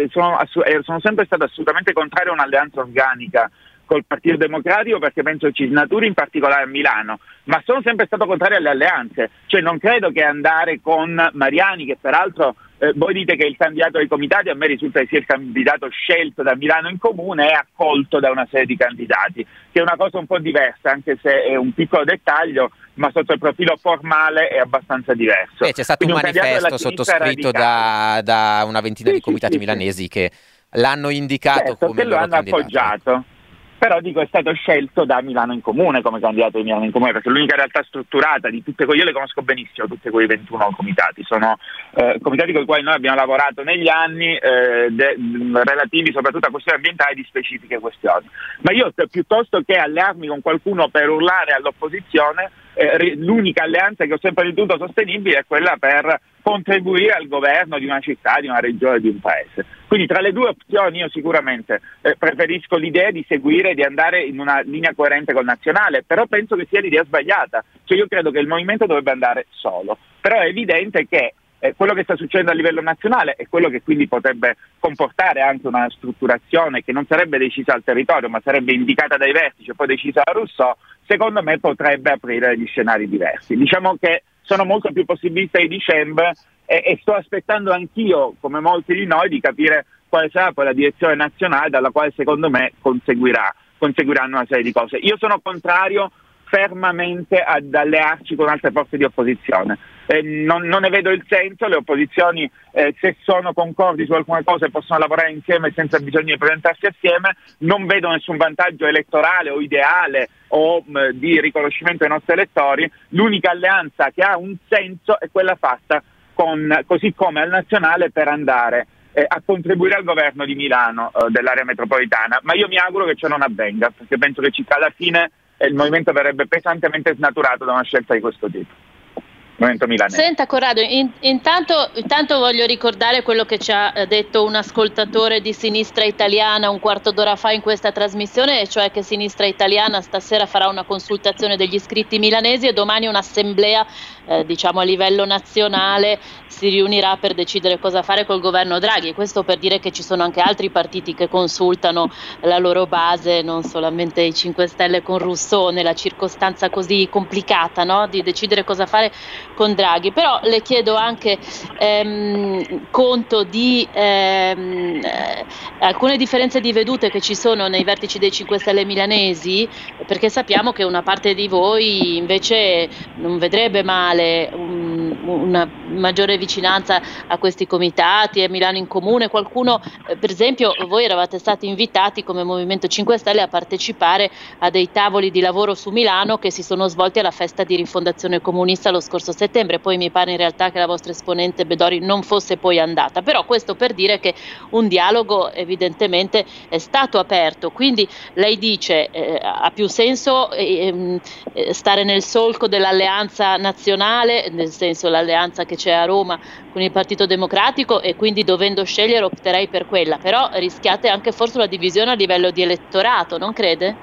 sono sempre stato assolutamente contrario a un'alleanza organica col Partito Democratico, perché penso ci snaturi, in particolare a Milano, ma sono sempre stato contrario alle alleanze, cioè non credo che andare con Mariani, che peraltro voi dite che è il candidato ai comitati, a me risulta che sia il candidato scelto da Milano in Comune e accolto da una serie di candidati, che è una cosa un po' diversa, anche se è un piccolo dettaglio, ma sotto il profilo formale è abbastanza diverso. C'è stato un manifesto sottoscritto da una ventina di comitati milanesi che l'hanno indicato come che lo hanno appoggiato. Però dico, è stato scelto da Milano in Comune come candidato di Milano in Comune, perché è l'unica realtà strutturata di tutte io le conosco benissimo, tutti quei 21 comitati, sono comitati con i quali noi abbiamo lavorato negli anni, relativi soprattutto a questioni ambientali di specifiche questioni. Ma io piuttosto che allearmi con qualcuno per urlare all'opposizione, l'unica alleanza che ho sempre ritenuto sostenibile è quella per contribuire al governo di una città, di una regione, di un paese. Quindi tra le due opzioni io sicuramente preferisco l'idea di seguire, di andare in una linea coerente col nazionale, però penso che sia l'idea sbagliata, cioè io credo che il movimento dovrebbe andare solo, però è evidente che quello che sta succedendo a livello nazionale è quello che quindi potrebbe comportare anche una strutturazione che non sarebbe decisa al territorio ma sarebbe indicata dai vertici e poi decisa da Rousseau, secondo me potrebbe aprire degli scenari diversi. Diciamo che sono molto più possibilista di dicembre e sto aspettando anch'io, come molti di noi, di capire quale sarà poi la direzione nazionale dalla quale secondo me conseguiranno una serie di cose. Io sono contrario fermamente ad allearci con altre forze di opposizione. Non ne vedo il senso, le opposizioni se sono concordi su alcune cose possono lavorare insieme senza bisogno di presentarsi assieme, non vedo nessun vantaggio elettorale o ideale o di riconoscimento dei nostri elettori, l'unica alleanza che ha un senso è quella fatta così come al nazionale per andare a contribuire al governo di Milano, dell'area metropolitana, ma io mi auguro che ciò non avvenga, perché penso che alla fine il movimento verrebbe pesantemente snaturato da una scelta di questo tipo. Senta Corrado, intanto voglio ricordare quello che ci ha detto un ascoltatore di Sinistra Italiana un quarto d'ora fa in questa trasmissione, e cioè che Sinistra Italiana stasera farà una consultazione degli iscritti milanesi e domani un'assemblea diciamo a livello nazionale si riunirà per decidere cosa fare col governo Draghi. Questo per dire che ci sono anche altri partiti che consultano la loro base, non solamente i 5 Stelle con Rousseau, nella circostanza così complicata, no? Di decidere cosa fare con Draghi. Però le chiedo anche conto di alcune differenze di vedute che ci sono nei vertici dei 5 Stelle milanesi, perché sappiamo che una parte di voi invece non vedrebbe male una maggiore vicinanza a questi comitati e Milano in Comune. Qualcuno, per esempio, voi eravate stati invitati come Movimento 5 Stelle a partecipare a dei tavoli di lavoro su Milano che si sono svolti alla festa di Rifondazione Comunista lo scorso settembre. Poi mi pare in realtà che la vostra esponente Bedori non fosse poi andata, però questo per dire che un dialogo evidentemente è stato aperto. Quindi lei dice ha più senso stare nel solco dell'alleanza nazionale, nel senso l'alleanza che c'è a Roma con il Partito Democratico, e quindi dovendo scegliere opterei per quella, però rischiate anche forse una divisione a livello di elettorato, non crede?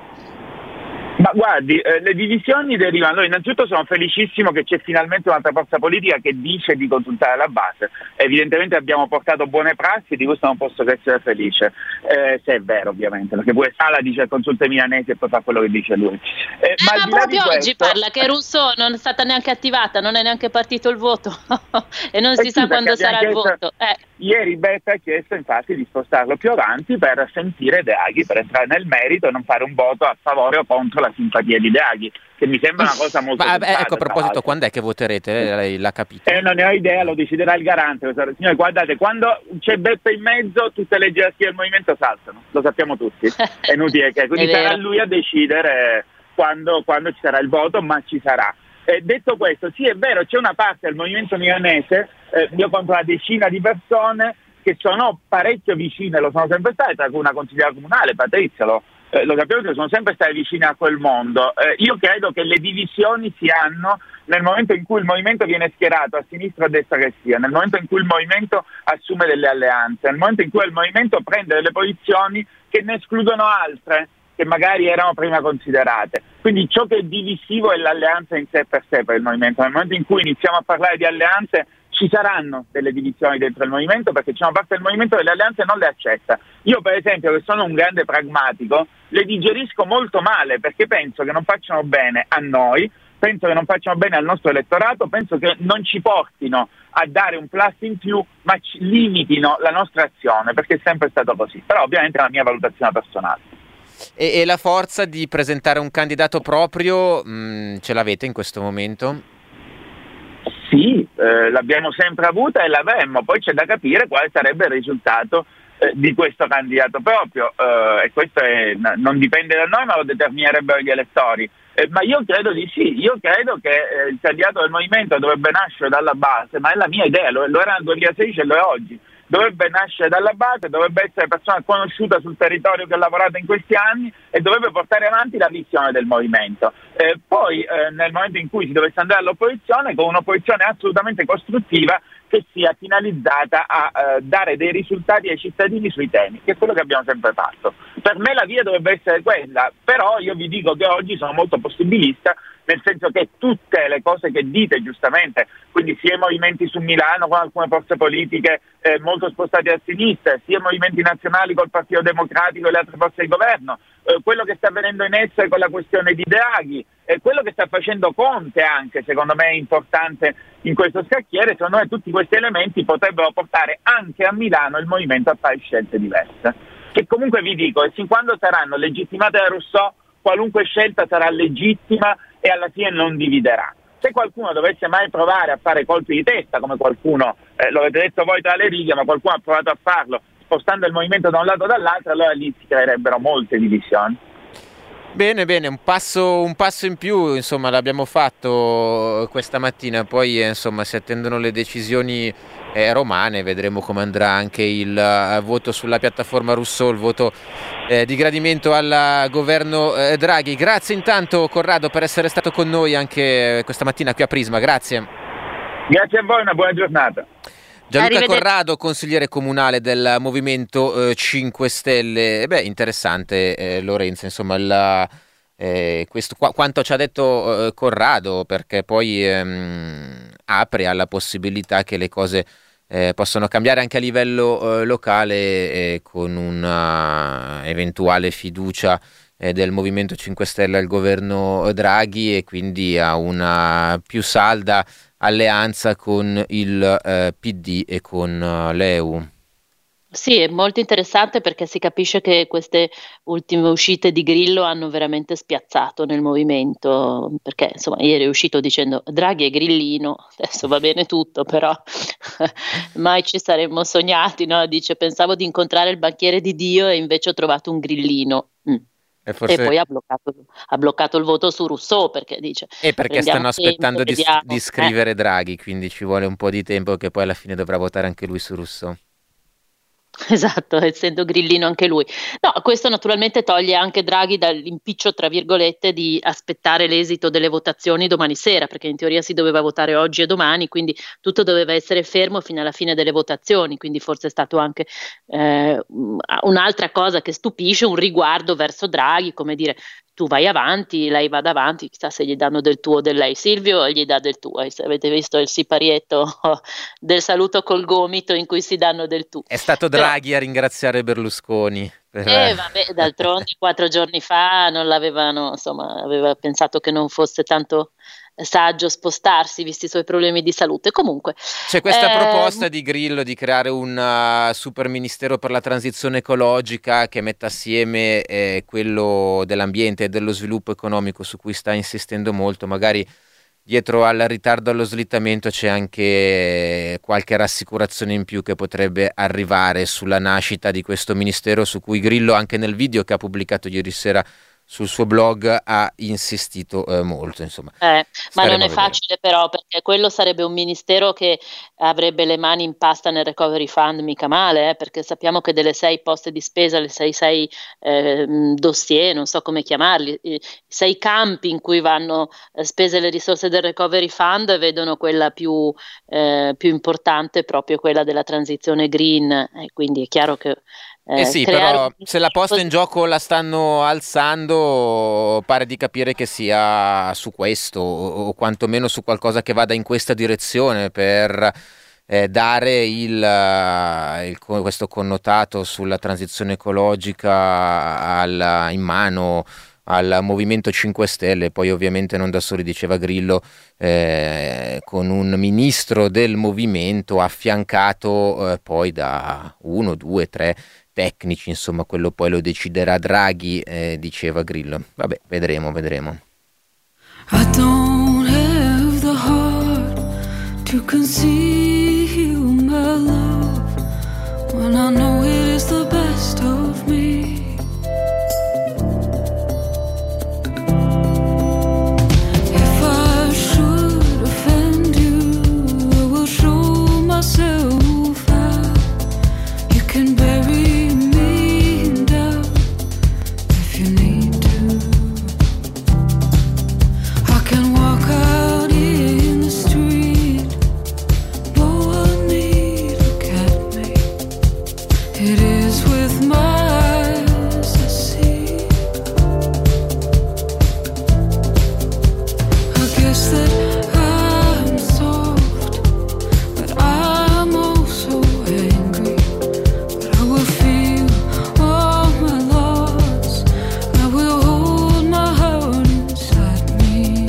Ma guardi, le divisioni derivano. Allora, innanzitutto sono felicissimo che c'è finalmente un'altra forza politica che dice di consultare la base. Evidentemente abbiamo portato buone prassi, di questo non posso che essere felice, se è vero ovviamente, perché pure Sala dice consulte milanesi e poi fa quello che dice lui. Ma proprio oggi parla che Rousseau non è stata neanche attivata, non è neanche partito il voto e non si sa quando sarà il voto. Ieri Beppe ha chiesto infatti di spostarlo più avanti per sentire Draghi, per entrare nel merito e non fare un voto a favore o contro la simpatia di Draghi, che mi sembra una cosa molto sensata. Ecco, a proposito, quando è che voterete? Lei l'ha capito? Non ne ho idea, lo deciderà il garante. Signore, guardate, quando c'è Beppe in mezzo tutte le gerarchie del movimento saltano, lo sappiamo tutti, è inutile che quindi sarà lui a decidere quando ci sarà il voto, ma ci sarà. Detto questo, sì, è vero, c'è una parte del movimento milanese, io conto una decina di persone che sono parecchio vicine, lo sono sempre state, tra cui una consigliera comunale, Patrizia, lo sappiamo che sono sempre state vicine a quel mondo. Io credo che le divisioni si hanno nel momento in cui il movimento viene schierato a sinistra o a destra che sia, nel momento in cui il movimento assume delle alleanze, nel momento in cui il movimento prende delle posizioni che ne escludono altre che magari erano prima considerate. Quindi ciò che è divisivo è l'alleanza in sé per sé per il movimento. Nel momento in cui iniziamo a parlare di alleanze ci saranno delle divisioni dentro il movimento, perché c'è una parte del movimento che le alleanze non le accetta. Io per esempio, che sono un grande pragmatico, le digerisco molto male, perché penso che non facciano bene a noi, penso che non facciano bene al nostro elettorato, penso che non ci portino a dare un plus in più, ma limitino la nostra azione, perché è sempre stato così. Però ovviamente è la mia valutazione personale. E la forza di presentare un candidato proprio ce l'avete in questo momento? Sì, l'abbiamo sempre avuta e l'avremmo, poi c'è da capire quale sarebbe il risultato di questo candidato proprio, e questo non dipende da noi, ma lo determinerebbero gli elettori. Ma io credo di sì, io credo che il candidato del movimento dovrebbe nascere dalla base, ma è la mia idea, lo era nel 2016 e lo è oggi. Dovrebbe nascere dalla base, dovrebbe essere persona conosciuta sul territorio che ha lavorato in questi anni e dovrebbe portare avanti la visione del movimento. Poi nel momento in cui si dovesse andare all'opposizione, con un'opposizione assolutamente costruttiva che sia finalizzata a dare dei risultati ai cittadini sui temi, che è quello che abbiamo sempre fatto. Per me la via dovrebbe essere quella, però io vi dico che oggi sono molto possibilista, nel senso che tutte le cose che dite giustamente, quindi sia i movimenti su Milano con alcune forze politiche molto spostate a sinistra, sia i movimenti nazionali col Partito Democratico e le altre forze di governo, quello che sta avvenendo in essere con la questione di Draghi, quello che sta facendo Conte anche, secondo me è importante in questo scacchiere, secondo me tutti questi elementi potrebbero portare anche a Milano il movimento a fare scelte diverse. Che comunque vi dico, e sin quando saranno legittimate da Rousseau, qualunque scelta sarà legittima e alla fine non dividerà. Se qualcuno dovesse mai provare a fare colpi di testa, come qualcuno, lo avete detto voi tra le righe, ma qualcuno ha provato a farlo, spostando il movimento da un lato o dall'altro, allora lì si creerebbero molte divisioni. Bene, un passo in più, insomma, l'abbiamo fatto questa mattina, poi insomma si attendono le decisioni romane, vedremo come andrà anche il voto sulla piattaforma Rousseau, il voto di gradimento al governo Draghi. Grazie intanto Corrado per essere stato con noi anche questa mattina qui a Prisma, grazie. Grazie a voi, una buona giornata. Gianluca Corrado, consigliere comunale del Movimento 5 Stelle. Interessante Lorenzo, insomma, quanto ci ha detto Corrado, perché poi apre alla possibilità che le cose possono cambiare anche a livello locale con una eventuale fiducia del Movimento 5 Stelle al governo Draghi e quindi a una più salda alleanza con il PD e con l'EU. Sì, è molto interessante perché si capisce che queste ultime uscite di Grillo hanno veramente spiazzato nel movimento, perché insomma ieri è uscito dicendo Draghi è grillino, adesso va bene tutto, però mai ci saremmo sognati, no? Dice pensavo di incontrare il banchiere di Dio e invece ho trovato un grillino. E poi ha bloccato il voto su Rousseau perché dice perché stanno aspettando di scrivere Draghi, quindi ci vuole un po' di tempo che poi alla fine dovrà votare anche lui su Rousseau. Esatto, essendo grillino anche lui. No, questo naturalmente toglie anche Draghi dall'impiccio, tra virgolette, di aspettare l'esito delle votazioni domani sera, perché in teoria si doveva votare oggi e domani, quindi tutto doveva essere fermo fino alla fine delle votazioni, quindi forse è stato anche un'altra cosa che stupisce, un riguardo verso Draghi, come dire tu vai avanti, lei vada avanti, chissà se gli danno del tuo o del lei. Silvio gli dà del tuo, se avete visto il siparietto del saluto col gomito in cui si danno del tu. È stato Draghi a ringraziare Berlusconi. Vabbè, d'altronde 4 giorni fa non l'avevano, insomma, aveva pensato che non fosse tanto saggio spostarsi visti i suoi problemi di salute. Comunque c'è questa proposta di Grillo di creare un super ministero per la transizione ecologica che metta assieme quello dell'ambiente e dello sviluppo economico su cui sta insistendo molto. Magari dietro al ritardo allo slittamento c'è anche qualche rassicurazione in più che potrebbe arrivare sulla nascita di questo ministero, su cui Grillo anche nel video che ha pubblicato ieri sera sul suo blog ha insistito molto, insomma. Ma non è facile però, perché quello sarebbe un ministero che avrebbe le mani in pasta nel recovery fund, mica male, perché sappiamo che delle 6 poste di spesa, le 6 dossier, non so come chiamarli, 6 campi in cui vanno spese le risorse del recovery fund, vedono quella più importante proprio quella della transizione green, e quindi è chiaro che sì, però se la posta in gioco la stanno alzando, pare di capire che sia su questo, o quantomeno su qualcosa che vada in questa direzione, per dare questo connotato sulla transizione ecologica in mano al Movimento 5 Stelle, poi ovviamente non da soli, diceva Grillo, con un ministro del movimento affiancato poi da 1, 2, 3 tecnici, insomma quello poi lo deciderà Draghi, diceva Grillo. Vabbè, vedremo. I don't have the heart to conceal my love when I know it is the best of me. If I should offend you, I will show myself out. You can bury me in doubt if you need to. I can walk out in the street, no one need look at me. It is with my eyes I see. I guess that I'm soft, but I'm also angry. But I will feel all my loss. I will hold my heart inside me.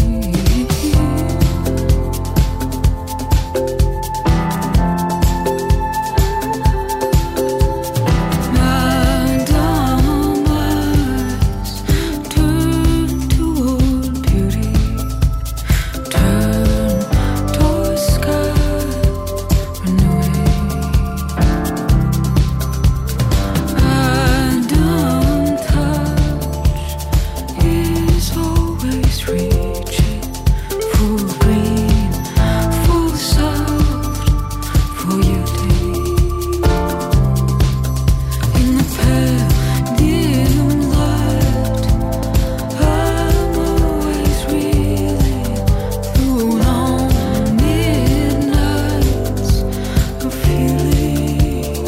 My dumb eyes turn toward beauty, turn toward sky renewing. My dumb touch is always reaching for green, for soft, for beauty. In the pale dim light, I'm always reeling through long midnights of feeling.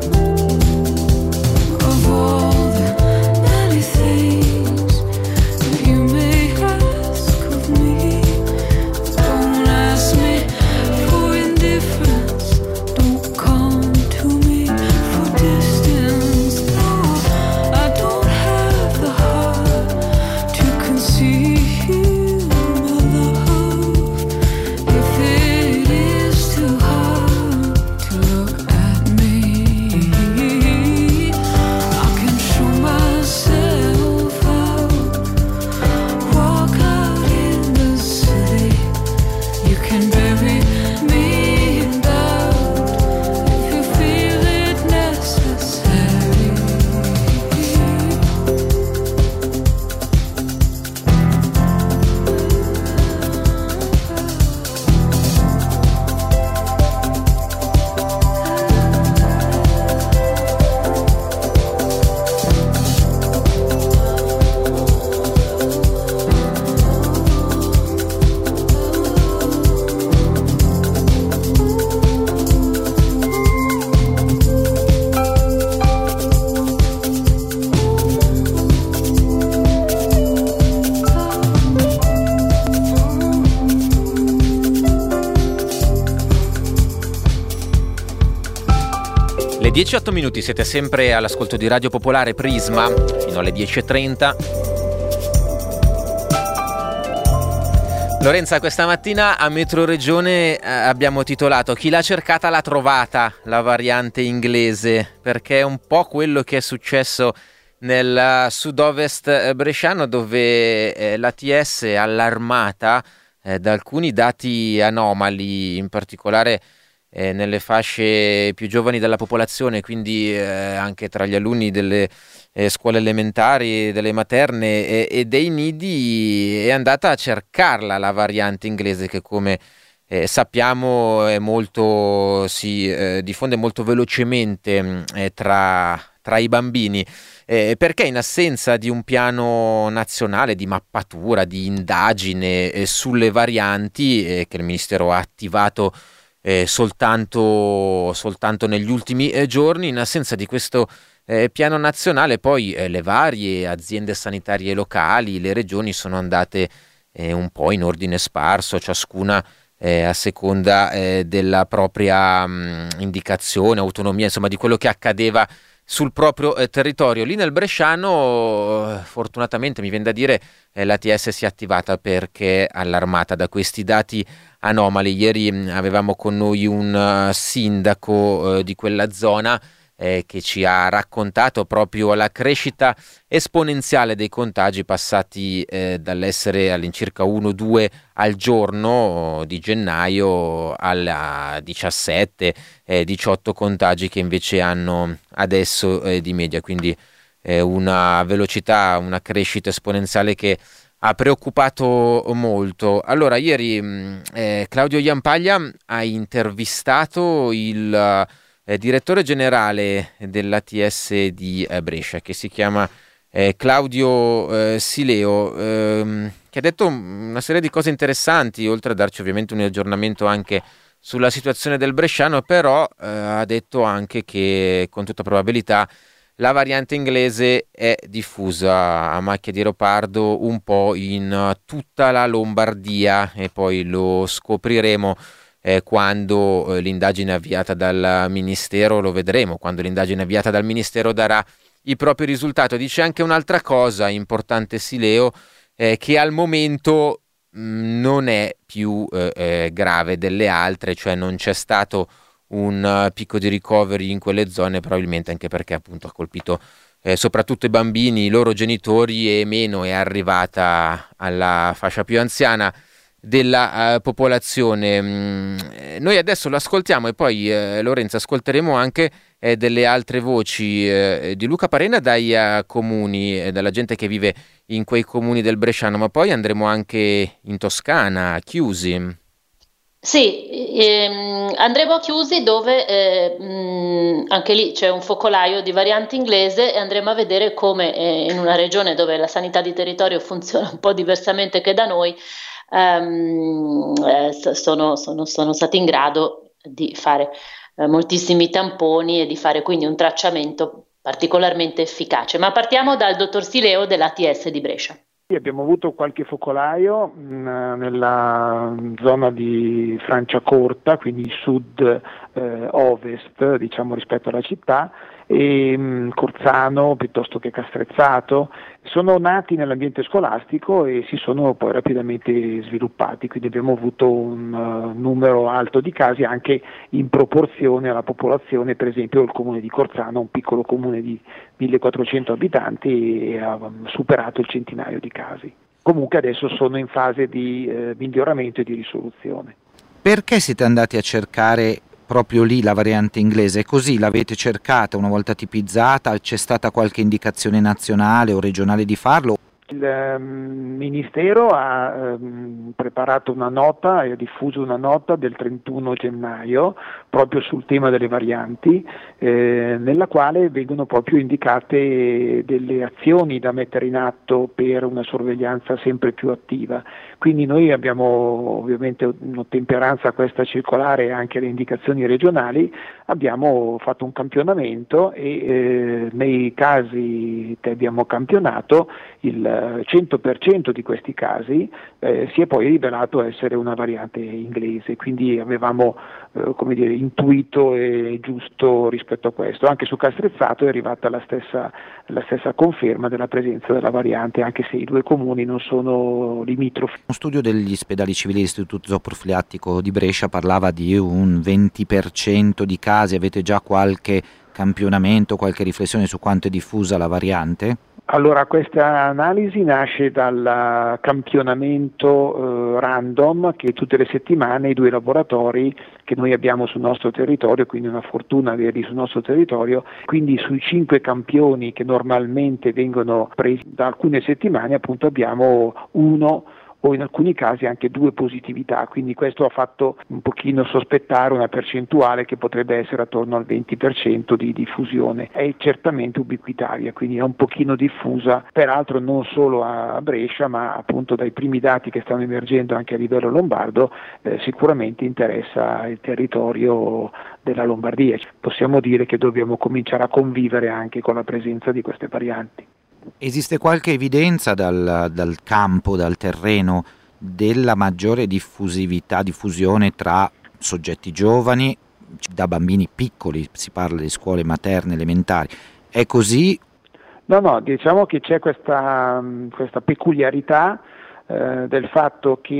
Of all the many things that you may ask of me, don't ask me for indifference, don't come to me for distance. No, I don't have the heart to conceal my love. If it is too hard to look at me, I can show myself out, walk out in the city. You can bury me in doubt if you feel it necessary. Le 10:08 minuti, siete sempre all'ascolto di Radio Popolare Prisma fino alle 10:30. Lorenza, questa mattina a Metroregione abbiamo titolato "Chi l'ha cercata l'ha trovata", la variante inglese, perché è un po' quello che è successo nel sud-ovest bresciano, dove l'ATS è allarmata da alcuni dati anomali, in particolare nelle fasce più giovani della popolazione, quindi anche tra gli alunni delle scuole elementari, delle materne e dei nidi. È andata a cercarla la variante inglese, che come sappiamo è molto, si diffonde molto velocemente tra i bambini, perché in assenza di un piano nazionale di mappatura, di indagine sulle varianti, che il Ministero ha attivato soltanto negli ultimi giorni, in assenza di questo piano nazionale, poi le varie aziende sanitarie locali, le regioni sono andate un po' in ordine sparso, ciascuna a seconda della propria indicazione, autonomia, insomma di quello che accadeva sul proprio territorio. Lì nel bresciano, fortunatamente mi viene da dire, l'ATS si è attivata perché allarmata da questi dati anomali. Ieri avevamo con noi un sindaco di quella zona che ci ha raccontato proprio la crescita esponenziale dei contagi, passati dall'essere all'incirca 1-2 al giorno di gennaio alla 17-18 contagi che invece hanno adesso di media, quindi una velocità, una crescita esponenziale che ha preoccupato molto. Allora, ieri Claudio Jampaglia ha intervistato il direttore generale dell'ATS di Brescia, che si chiama Claudio Sileo, che ha detto una serie di cose interessanti, oltre a darci ovviamente un aggiornamento anche sulla situazione del bresciano, però ha detto anche che con tutta probabilità la variante inglese è diffusa a macchia di leopardo un po' in tutta la Lombardia, e poi lo scopriremo quando l'indagine avviata dal Ministero, lo vedremo quando l'indagine avviata dal Ministero darà i propri risultati. Dice anche un'altra cosa importante Sileo, che al momento non è più grave delle altre, cioè non c'è stato un picco di ricoveri in quelle zone, probabilmente anche perché appunto ha colpito soprattutto i bambini, i loro genitori, e meno è arrivata alla fascia più anziana della popolazione. Noi adesso lo ascoltiamo e poi Lorenzo ascolteremo anche delle altre voci di Luca Parena dai comuni, dalla gente che vive in quei comuni del bresciano, ma poi andremo anche in Toscana, a Chiusi. Sì, andremo a Chiusi dove anche lì c'è un focolaio di variante inglese, e andremo a vedere come in una regione dove la sanità di territorio funziona un po' diversamente che da noi, sono stati in grado di fare moltissimi tamponi e di fare quindi un tracciamento particolarmente efficace. Ma partiamo dal dottor Sileo dell'ATS di Brescia. Abbiamo avuto qualche focolaio nella zona di Franciacorta, quindi sud-ovest, diciamo, rispetto alla città, e Corzano piuttosto che Castrezzato. Sono nati nell'ambiente scolastico e si sono poi rapidamente sviluppati, quindi abbiamo avuto un numero alto di casi anche in proporzione alla popolazione. Per esempio il comune di Corzano, un piccolo comune di 1400 abitanti, e ha superato il centinaio di casi. Comunque adesso sono in fase di miglioramento e di risoluzione. Perché siete andati a cercare proprio lì la variante inglese? Così l'avete cercata una volta tipizzata? C'è stata qualche indicazione nazionale o regionale di farlo? Il Ministero ha preparato una nota e ha diffuso una nota del 31 gennaio proprio sul tema delle varianti, nella quale vengono proprio indicate delle azioni da mettere in atto per una sorveglianza sempre più attiva. Quindi noi abbiamo ovviamente un'ottemperanza a questa circolare e anche alle indicazioni regionali, abbiamo fatto un campionamento e nei casi che abbiamo campionato il 100% di questi casi si è poi rivelato essere una variante inglese, quindi avevamo intuito e giusto rispetto a questo. Anche su Castrezzato è arrivata la stessa conferma della presenza della variante, anche se i due comuni non sono limitrofi. Uno studio degli ospedali civili dell'Istituto Zooprofilattico di Brescia parlava di un 20% di casi. Avete già qualche campionamento, qualche riflessione su quanto è diffusa la variante? Allora, questa analisi nasce dal campionamento random che tutte le settimane i due laboratori che noi abbiamo sul nostro territorio, quindi è una fortuna averli sul nostro territorio, quindi sui 5 campioni che normalmente vengono presi da alcune settimane appunto abbiamo uno o in alcuni casi anche 2 positività, quindi questo ha fatto un pochino sospettare una percentuale che potrebbe essere attorno al 20% di diffusione. È certamente ubiquitaria, quindi è un pochino diffusa, peraltro non solo a Brescia, ma appunto dai primi dati che stanno emergendo anche a livello lombardo, sicuramente interessa il territorio della Lombardia. Possiamo dire che dobbiamo cominciare a convivere anche con la presenza di queste varianti. Esiste qualche evidenza dal campo, dal terreno, della maggiore diffusione tra soggetti giovani, da bambini piccoli, si parla di scuole materne, elementari. È così? No, diciamo che c'è questa peculiarità del fatto che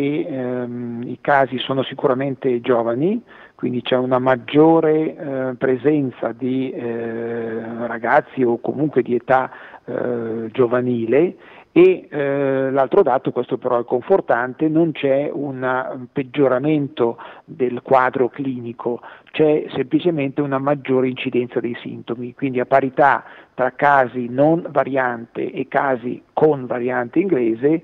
i casi sono sicuramente giovani, quindi c'è una maggiore presenza di ragazzi o comunque di età giovanile, e l'altro dato, questo però è confortante, non c'è un peggioramento del quadro clinico, c'è semplicemente una maggiore incidenza dei sintomi, quindi a parità tra casi non variante e casi con variante inglese,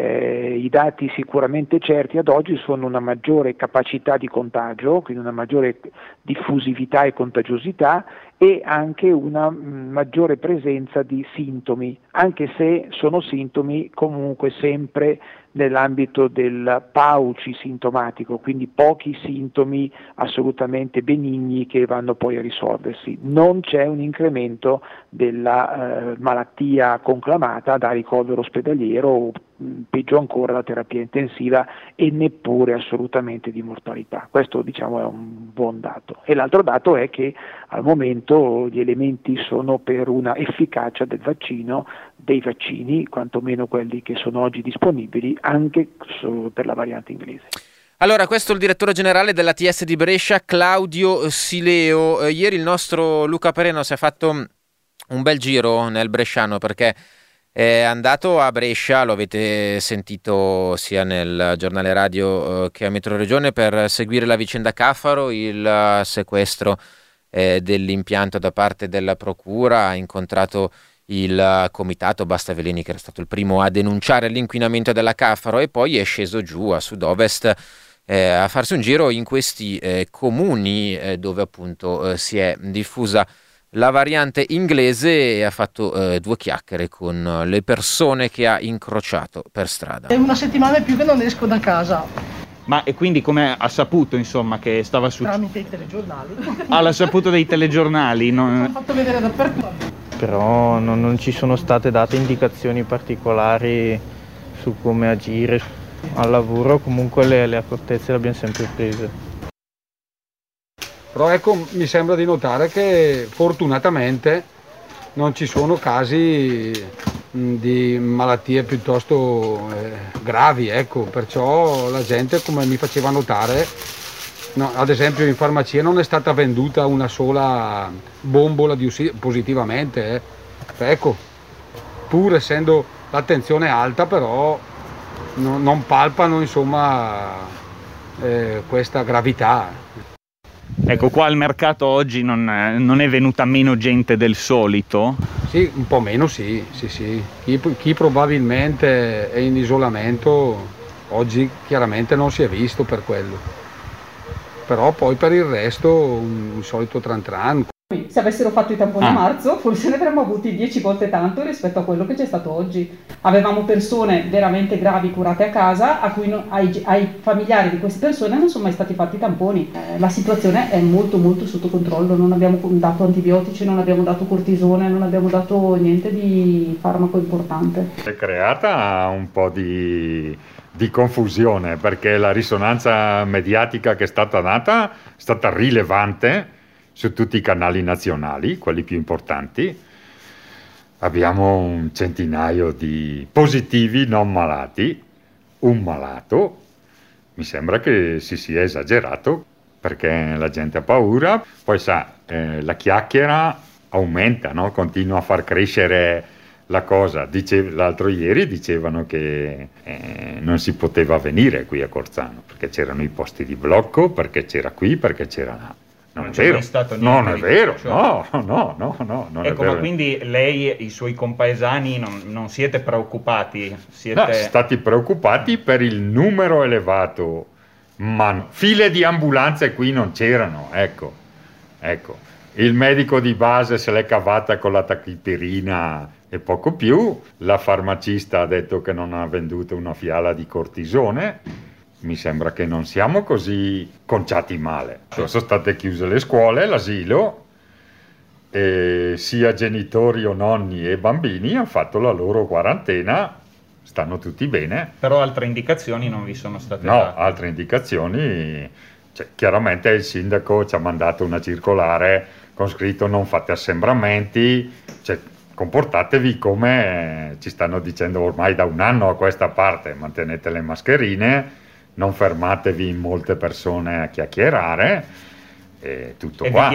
i dati sicuramente certi ad oggi sono una maggiore capacità di contagio, quindi una maggiore diffusività e contagiosità, e anche una maggiore presenza di sintomi, anche se sono sintomi comunque sempre nell'ambito del pauci sintomatico, quindi pochi sintomi assolutamente benigni che vanno poi a risolversi. Non c'è un incremento della malattia conclamata da ricovero ospedaliero o peggio ancora la terapia intensiva, e neppure assolutamente di mortalità. Questo diciamo è un buon dato. E l'altro dato è che al momento gli elementi sono per una efficacia dei vaccini, quantomeno quelli che sono oggi disponibili, anche solo per la variante inglese. Allora, questo è il direttore generale dell'ATS di Brescia, Claudio Sileo. Ieri il nostro Luca Pereno si è fatto un bel giro nel bresciano, perché è andato a Brescia, lo avete sentito sia nel giornale radio che a Metro Regione, per seguire la vicenda Caffaro, il sequestro dell'impianto da parte della procura. Ha incontrato il comitato Basta Veleni, che era stato il primo a denunciare l'inquinamento della Caffaro, e poi è sceso giù a sud-ovest a farsi un giro in questi comuni dove appunto si è diffusa la variante inglese, e ha fatto due chiacchiere con le persone che ha incrociato per strada. È una settimana in più che non esco da casa. Ma e quindi come ha saputo, insomma, che stava Tramite i telegiornali. l'ha saputo dai telegiornali? L'ho fatto vedere dappertutto. Però non ci sono state date indicazioni particolari su come agire. Al lavoro comunque le accortezze le abbiamo sempre prese. Però ecco, mi sembra di notare che fortunatamente non ci sono casi di malattie piuttosto gravi, ecco, perciò la gente, come mi faceva notare, no, ad esempio in farmacia non è stata venduta una sola bombola positivamente, ecco, pur essendo l'attenzione alta, però non palpano insomma questa gravità. Ecco, qua al mercato oggi non è venuta meno gente del solito? Sì, un po' meno sì. Chi probabilmente è in isolamento oggi chiaramente non si è visto per quello. Però poi per il resto un solito tran tran. Se avessero fatto i tamponi a marzo, forse ne avremmo avuti 10 volte tanto rispetto a quello che c'è stato oggi. Avevamo persone veramente gravi curate a casa, a cui ai familiari di queste persone non sono mai stati fatti i tamponi. La situazione è molto molto sotto controllo, non abbiamo dato antibiotici, non abbiamo dato cortisone, non abbiamo dato niente di farmaco importante. È creata un po' di confusione, perché la risonanza mediatica che è stata data è stata rilevante su tutti i canali nazionali, quelli più importanti. Abbiamo un centinaio di positivi non malati, un malato. Mi sembra che si sia esagerato, perché la gente ha paura. Poi sa, la chiacchiera aumenta, no? Continua a far crescere la cosa. L'altro ieri dicevano che non si poteva venire qui a Corzano, perché c'erano i posti di blocco, perché c'era qui, perché c'era là. Non è vero, non è vero, no, non è vero. Ma quindi lei e i suoi compaesani non siete preoccupati? No, stati preoccupati per il numero elevato, ma file di ambulanze qui non c'erano, ecco. Il medico di base se l'è cavata con la tachipirina e poco più, la farmacista ha detto che non ha venduto una fiala di cortisone. Mi sembra che non siamo così conciati male. Sono state chiuse le scuole, l'asilo, e sia genitori o nonni e bambini hanno fatto la loro quarantena stanno tutti bene. Però altre indicazioni non vi sono state No, date. altre indicazioni, cioè, chiaramente il sindaco ci ha mandato una circolare con scritto non fate assembramenti, cioè, comportatevi come ci stanno dicendo ormai da un anno a questa parte, mantenete le mascherine, non fermatevi in molte persone a chiacchierare e tutto qua.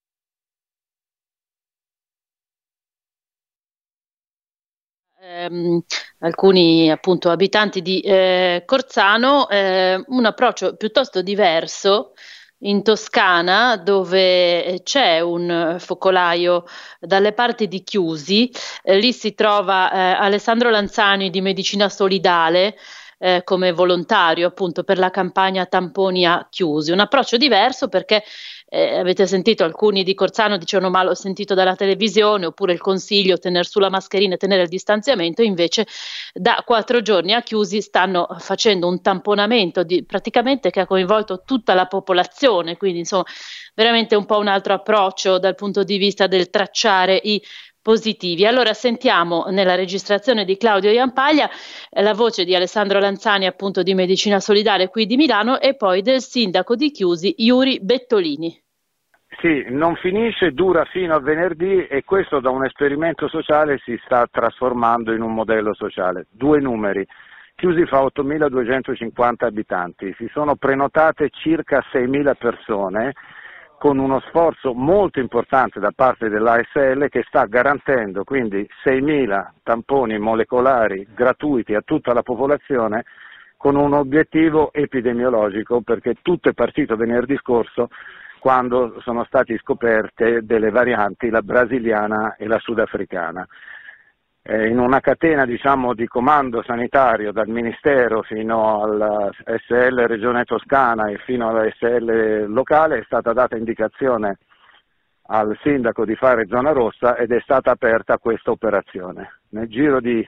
Alcuni appunto abitanti di Corzano un approccio piuttosto diverso in Toscana, dove c'è un focolaio dalle parti di Chiusi. Lì si trova Alessandro Lanzani di Medicina Solidale come volontario appunto per la campagna tamponi a Chiusi. Un approccio diverso perché avete sentito, alcuni di Corzano dicevano ma l'ho sentito dalla televisione, oppure il consiglio tenere sulla mascherina e tenere il distanziamento. Invece da 4 giorni a Chiusi stanno facendo un tamponamento praticamente che ha coinvolto tutta la popolazione, quindi insomma veramente un po' un altro approccio dal punto di vista del tracciare i positivi. Allora sentiamo nella registrazione di Claudio Iampaglia la voce di Alessandro Lanzani appunto di Medicina Solidale qui di Milano e poi del sindaco di Chiusi Yuri Bettolini. Sì, non finisce, dura fino a venerdì e questo da un esperimento sociale si sta trasformando in un modello sociale. 2 numeri. Chiusi fa 8.250 abitanti, si sono prenotate circa 6.000 persone con uno sforzo molto importante da parte dell'ASL che sta garantendo quindi 6.000 tamponi molecolari gratuiti a tutta la popolazione con un obiettivo epidemiologico, perché tutto è partito venerdì scorso quando sono state scoperte delle varianti, la brasiliana e la sudafricana. In una catena diciamo di comando sanitario dal Ministero fino alla SL Regione Toscana e fino alla SL locale è stata data indicazione al sindaco di fare zona rossa ed è stata aperta questa operazione. Nel giro di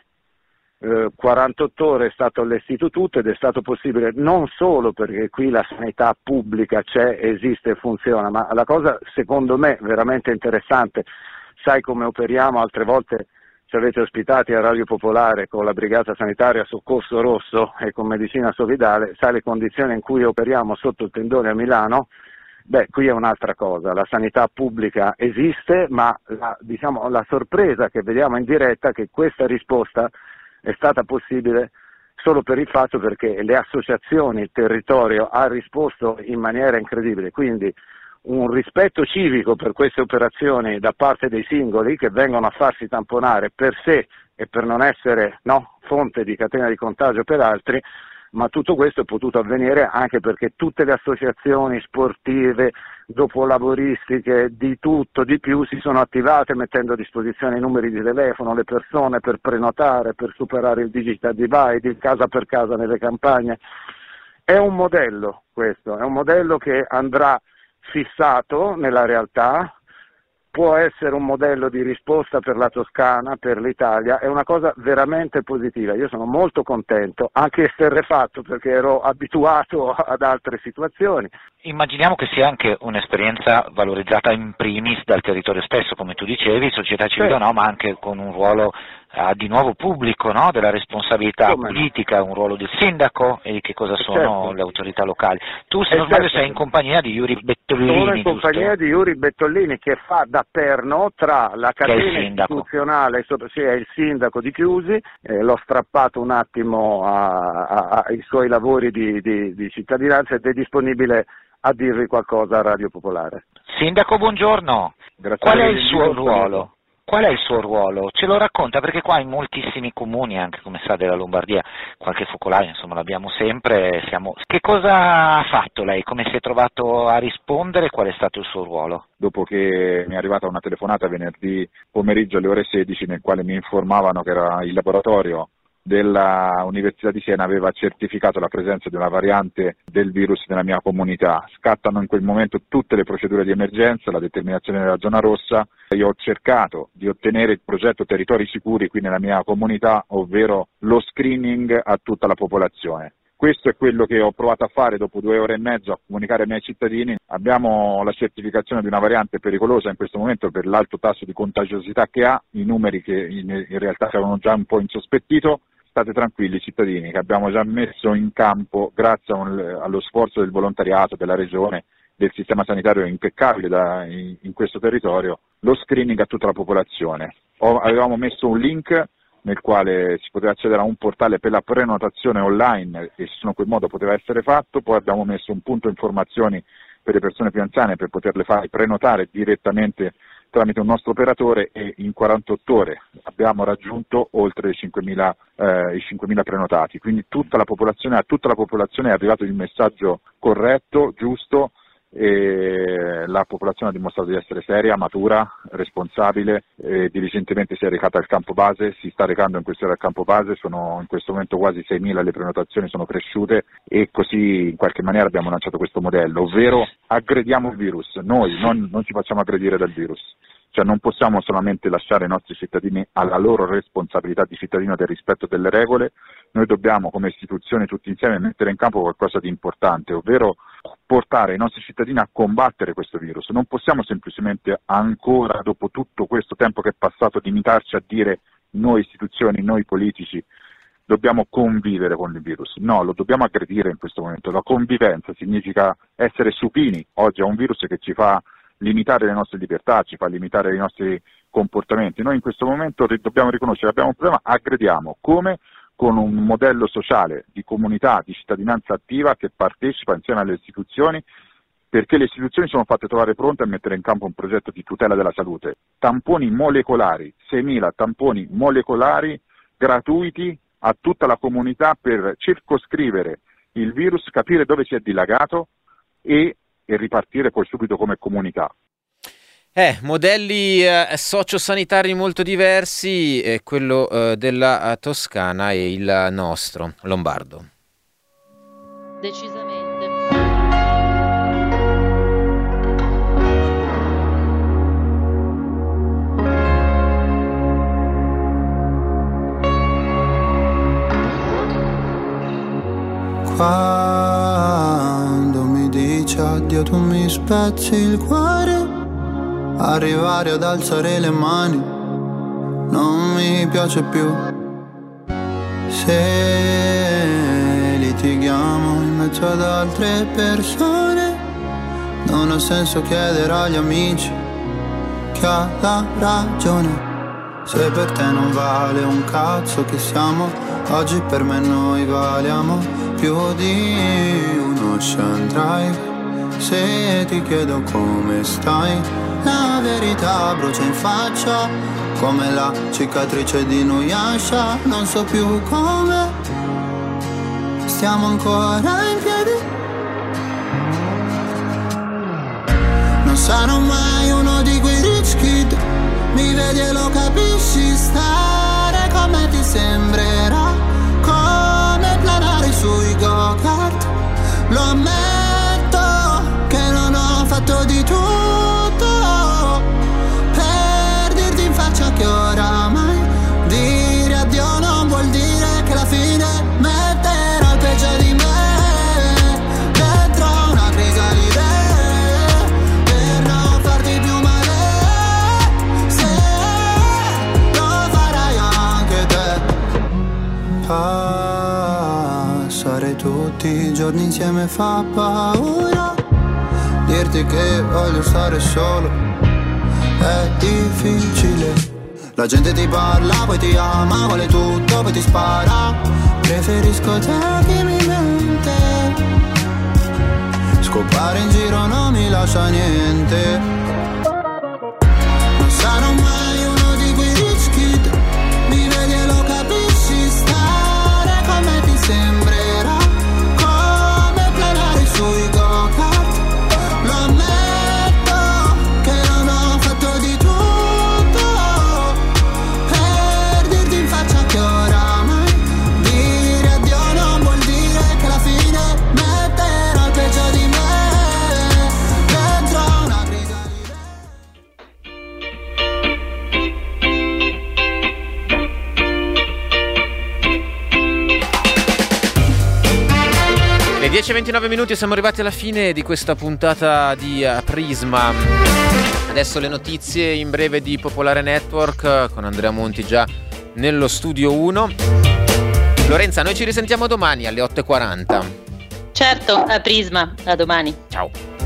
48 ore è stato allestito tutto ed è stato possibile non solo perché qui la sanità pubblica c'è, esiste e funziona, ma la cosa secondo me veramente interessante, sai come operiamo, altre volte ci avete ospitati a Radio Popolare con la Brigata Sanitaria Soccorso Rosso e con Medicina Solidale, sai le condizioni in cui operiamo sotto il tendone a Milano? Beh, qui è un'altra cosa, la sanità pubblica esiste, ma la sorpresa che vediamo in diretta è che questa risposta è stata possibile solo per il fatto perché le associazioni, il territorio ha risposto in maniera incredibile, quindi un rispetto civico per queste operazioni da parte dei singoli che vengono a farsi tamponare per sé e per non essere fonte di catena di contagio per altri, ma tutto questo è potuto avvenire anche perché tutte le associazioni sportive, dopolavoristiche, di tutto, di più, si sono attivate mettendo a disposizione i numeri di telefono, le persone per prenotare, per superare il digital divide, il casa per casa nelle campagne. È un modello questo, è un modello che andrà fissato nella realtà, può essere un modello di risposta per la Toscana, per l'Italia, è una cosa veramente positiva. Io sono molto contento, anche esterrefatto perché ero abituato ad altre situazioni. Immaginiamo che sia anche un'esperienza valorizzata in primis dal territorio stesso, come tu dicevi, società civile no, ma anche con un ruolo di nuovo pubblico, no? Della responsabilità politica, un ruolo del sindaco e di che cosa sono le autorità locali. Tu se non sbaglio sei in compagnia di Yuri Bettolini, sono in compagnia di Yuri Bettolini che fa da perno tra la catena istituzionale, è il sindaco di Chiusi, l'ho strappato un attimo ai suoi lavori di cittadinanza ed è disponibile a dirvi qualcosa a Radio Popolare. Sindaco, buongiorno. Qual è il suo ruolo? Qual è il suo ruolo? Ce lo racconta, perché qua in moltissimi comuni, anche come sa della Lombardia, qualche focolaio, insomma l'abbiamo sempre. Che cosa ha fatto lei? Come si è trovato a rispondere? Qual è stato il suo ruolo? Dopo che mi è arrivata una telefonata venerdì pomeriggio alle ore 16 nel quale mi informavano che era il laboratorio della Università di Siena aveva certificato la presenza di una variante del virus nella mia comunità. Scattano in quel momento tutte le procedure di emergenza, la determinazione della zona rossa. Io ho cercato di ottenere il progetto Territori Sicuri qui nella mia comunità, ovvero lo screening a tutta la popolazione. Questo è quello che ho provato a fare dopo 2 ore e mezzo a comunicare ai miei cittadini. Abbiamo la certificazione di una variante pericolosa in questo momento per l'alto tasso di contagiosità che ha, i numeri che in realtà avevano già un po' insospettito. state tranquilli cittadini che abbiamo già messo in campo, grazie allo sforzo del volontariato, della regione, del sistema sanitario impeccabile in questo territorio, lo screening a tutta la popolazione. Avevamo messo un link nel quale si poteva accedere a un portale per la prenotazione online e solo in quel modo poteva essere fatto, poi abbiamo messo un punto informazioni per le persone più anziane per poterle fare prenotare direttamente tramite un nostro operatore, e in 48 ore abbiamo raggiunto oltre i 5.000 prenotati, quindi a tutta la popolazione è arrivato il messaggio corretto, giusto, e la popolazione ha dimostrato di essere seria, matura, responsabile, diligentemente si è recata al campo base, si sta recando in queste ore al campo base, sono in questo momento quasi 6.000 le prenotazioni, sono cresciute, e così in qualche maniera abbiamo lanciato questo modello, ovvero aggrediamo il virus, noi non ci facciamo aggredire dal virus. Cioè non possiamo solamente lasciare i nostri cittadini alla loro responsabilità di cittadino del rispetto delle regole, noi dobbiamo come istituzioni tutti insieme mettere in campo qualcosa di importante, ovvero portare i nostri cittadini a combattere questo virus. Non possiamo semplicemente ancora, dopo tutto questo tempo che è passato, limitarci a dire noi istituzioni, noi politici, dobbiamo convivere con il virus. No, lo dobbiamo aggredire in questo momento. La convivenza significa essere supini. Oggi è un virus che ci fa limitare le nostre libertà, ci fa limitare i nostri comportamenti. Noi in questo momento dobbiamo riconoscere che abbiamo un problema, aggrediamo. Come? Con un modello sociale di comunità, di cittadinanza attiva che partecipa insieme alle istituzioni, perché le istituzioni sono fatte trovare pronte a mettere in campo un progetto di tutela della salute. Tamponi molecolari, 6.000 tamponi molecolari gratuiti a tutta la comunità per circoscrivere il virus, capire dove si è dilagato e ripartire poi subito come comunità. Modelli sociosanitari molto diversi, quello della Toscana e il nostro lombardo. Decisamente. Quando mi dici addio tu mi spezzi il cuore, arrivare ad alzare le mani non mi piace più. Se litighiamo in mezzo ad altre persone, non ha senso chiedere agli amici chi ha la ragione. Se per te non vale un cazzo chi siamo, oggi per me noi valiamo più di un ocean drive. Se ti chiedo come stai, la verità brucia in faccia come la cicatrice di Nuyasha. Non so più come stiamo ancora in piedi. Non sarò mai uno di quei rich kid, mi vedi e lo capisci, stare con me ti sembrerà come planare sui go-kart. Lo ammetto che non ho fatto di tutto per dirti in faccia che oramai dire addio non vuol dire che la fine metterà il peggio di me dentro una crisalide per non farti più male. Se lo farai anche te, passare tutti i giorni insieme fa paura. Dirti che voglio stare solo è difficile. La gente ti parla, poi ti ama, vuole tutto, poi ti spara. Preferisco te che mi mente. Scopare in giro non mi lascia niente. Non sarò mai uno di quei rich kid, mi vedi e lo capisci, stare con me ti sembrerà come planare sui go-kart. Lo ammetto che non ho fatto di tutto per dirti in faccia che oramai dire addio non vuol dire che la fine metterò il peggio di me dentro una crisalide. Le 10:29 minuti, siamo arrivati alla fine di questa puntata di Prisma. Adesso le notizie in breve di Popolare Network con Andrea Monti già nello studio 1. Lorenza, noi ci risentiamo domani alle 8:40. Certo, a Prisma, a domani. Ciao.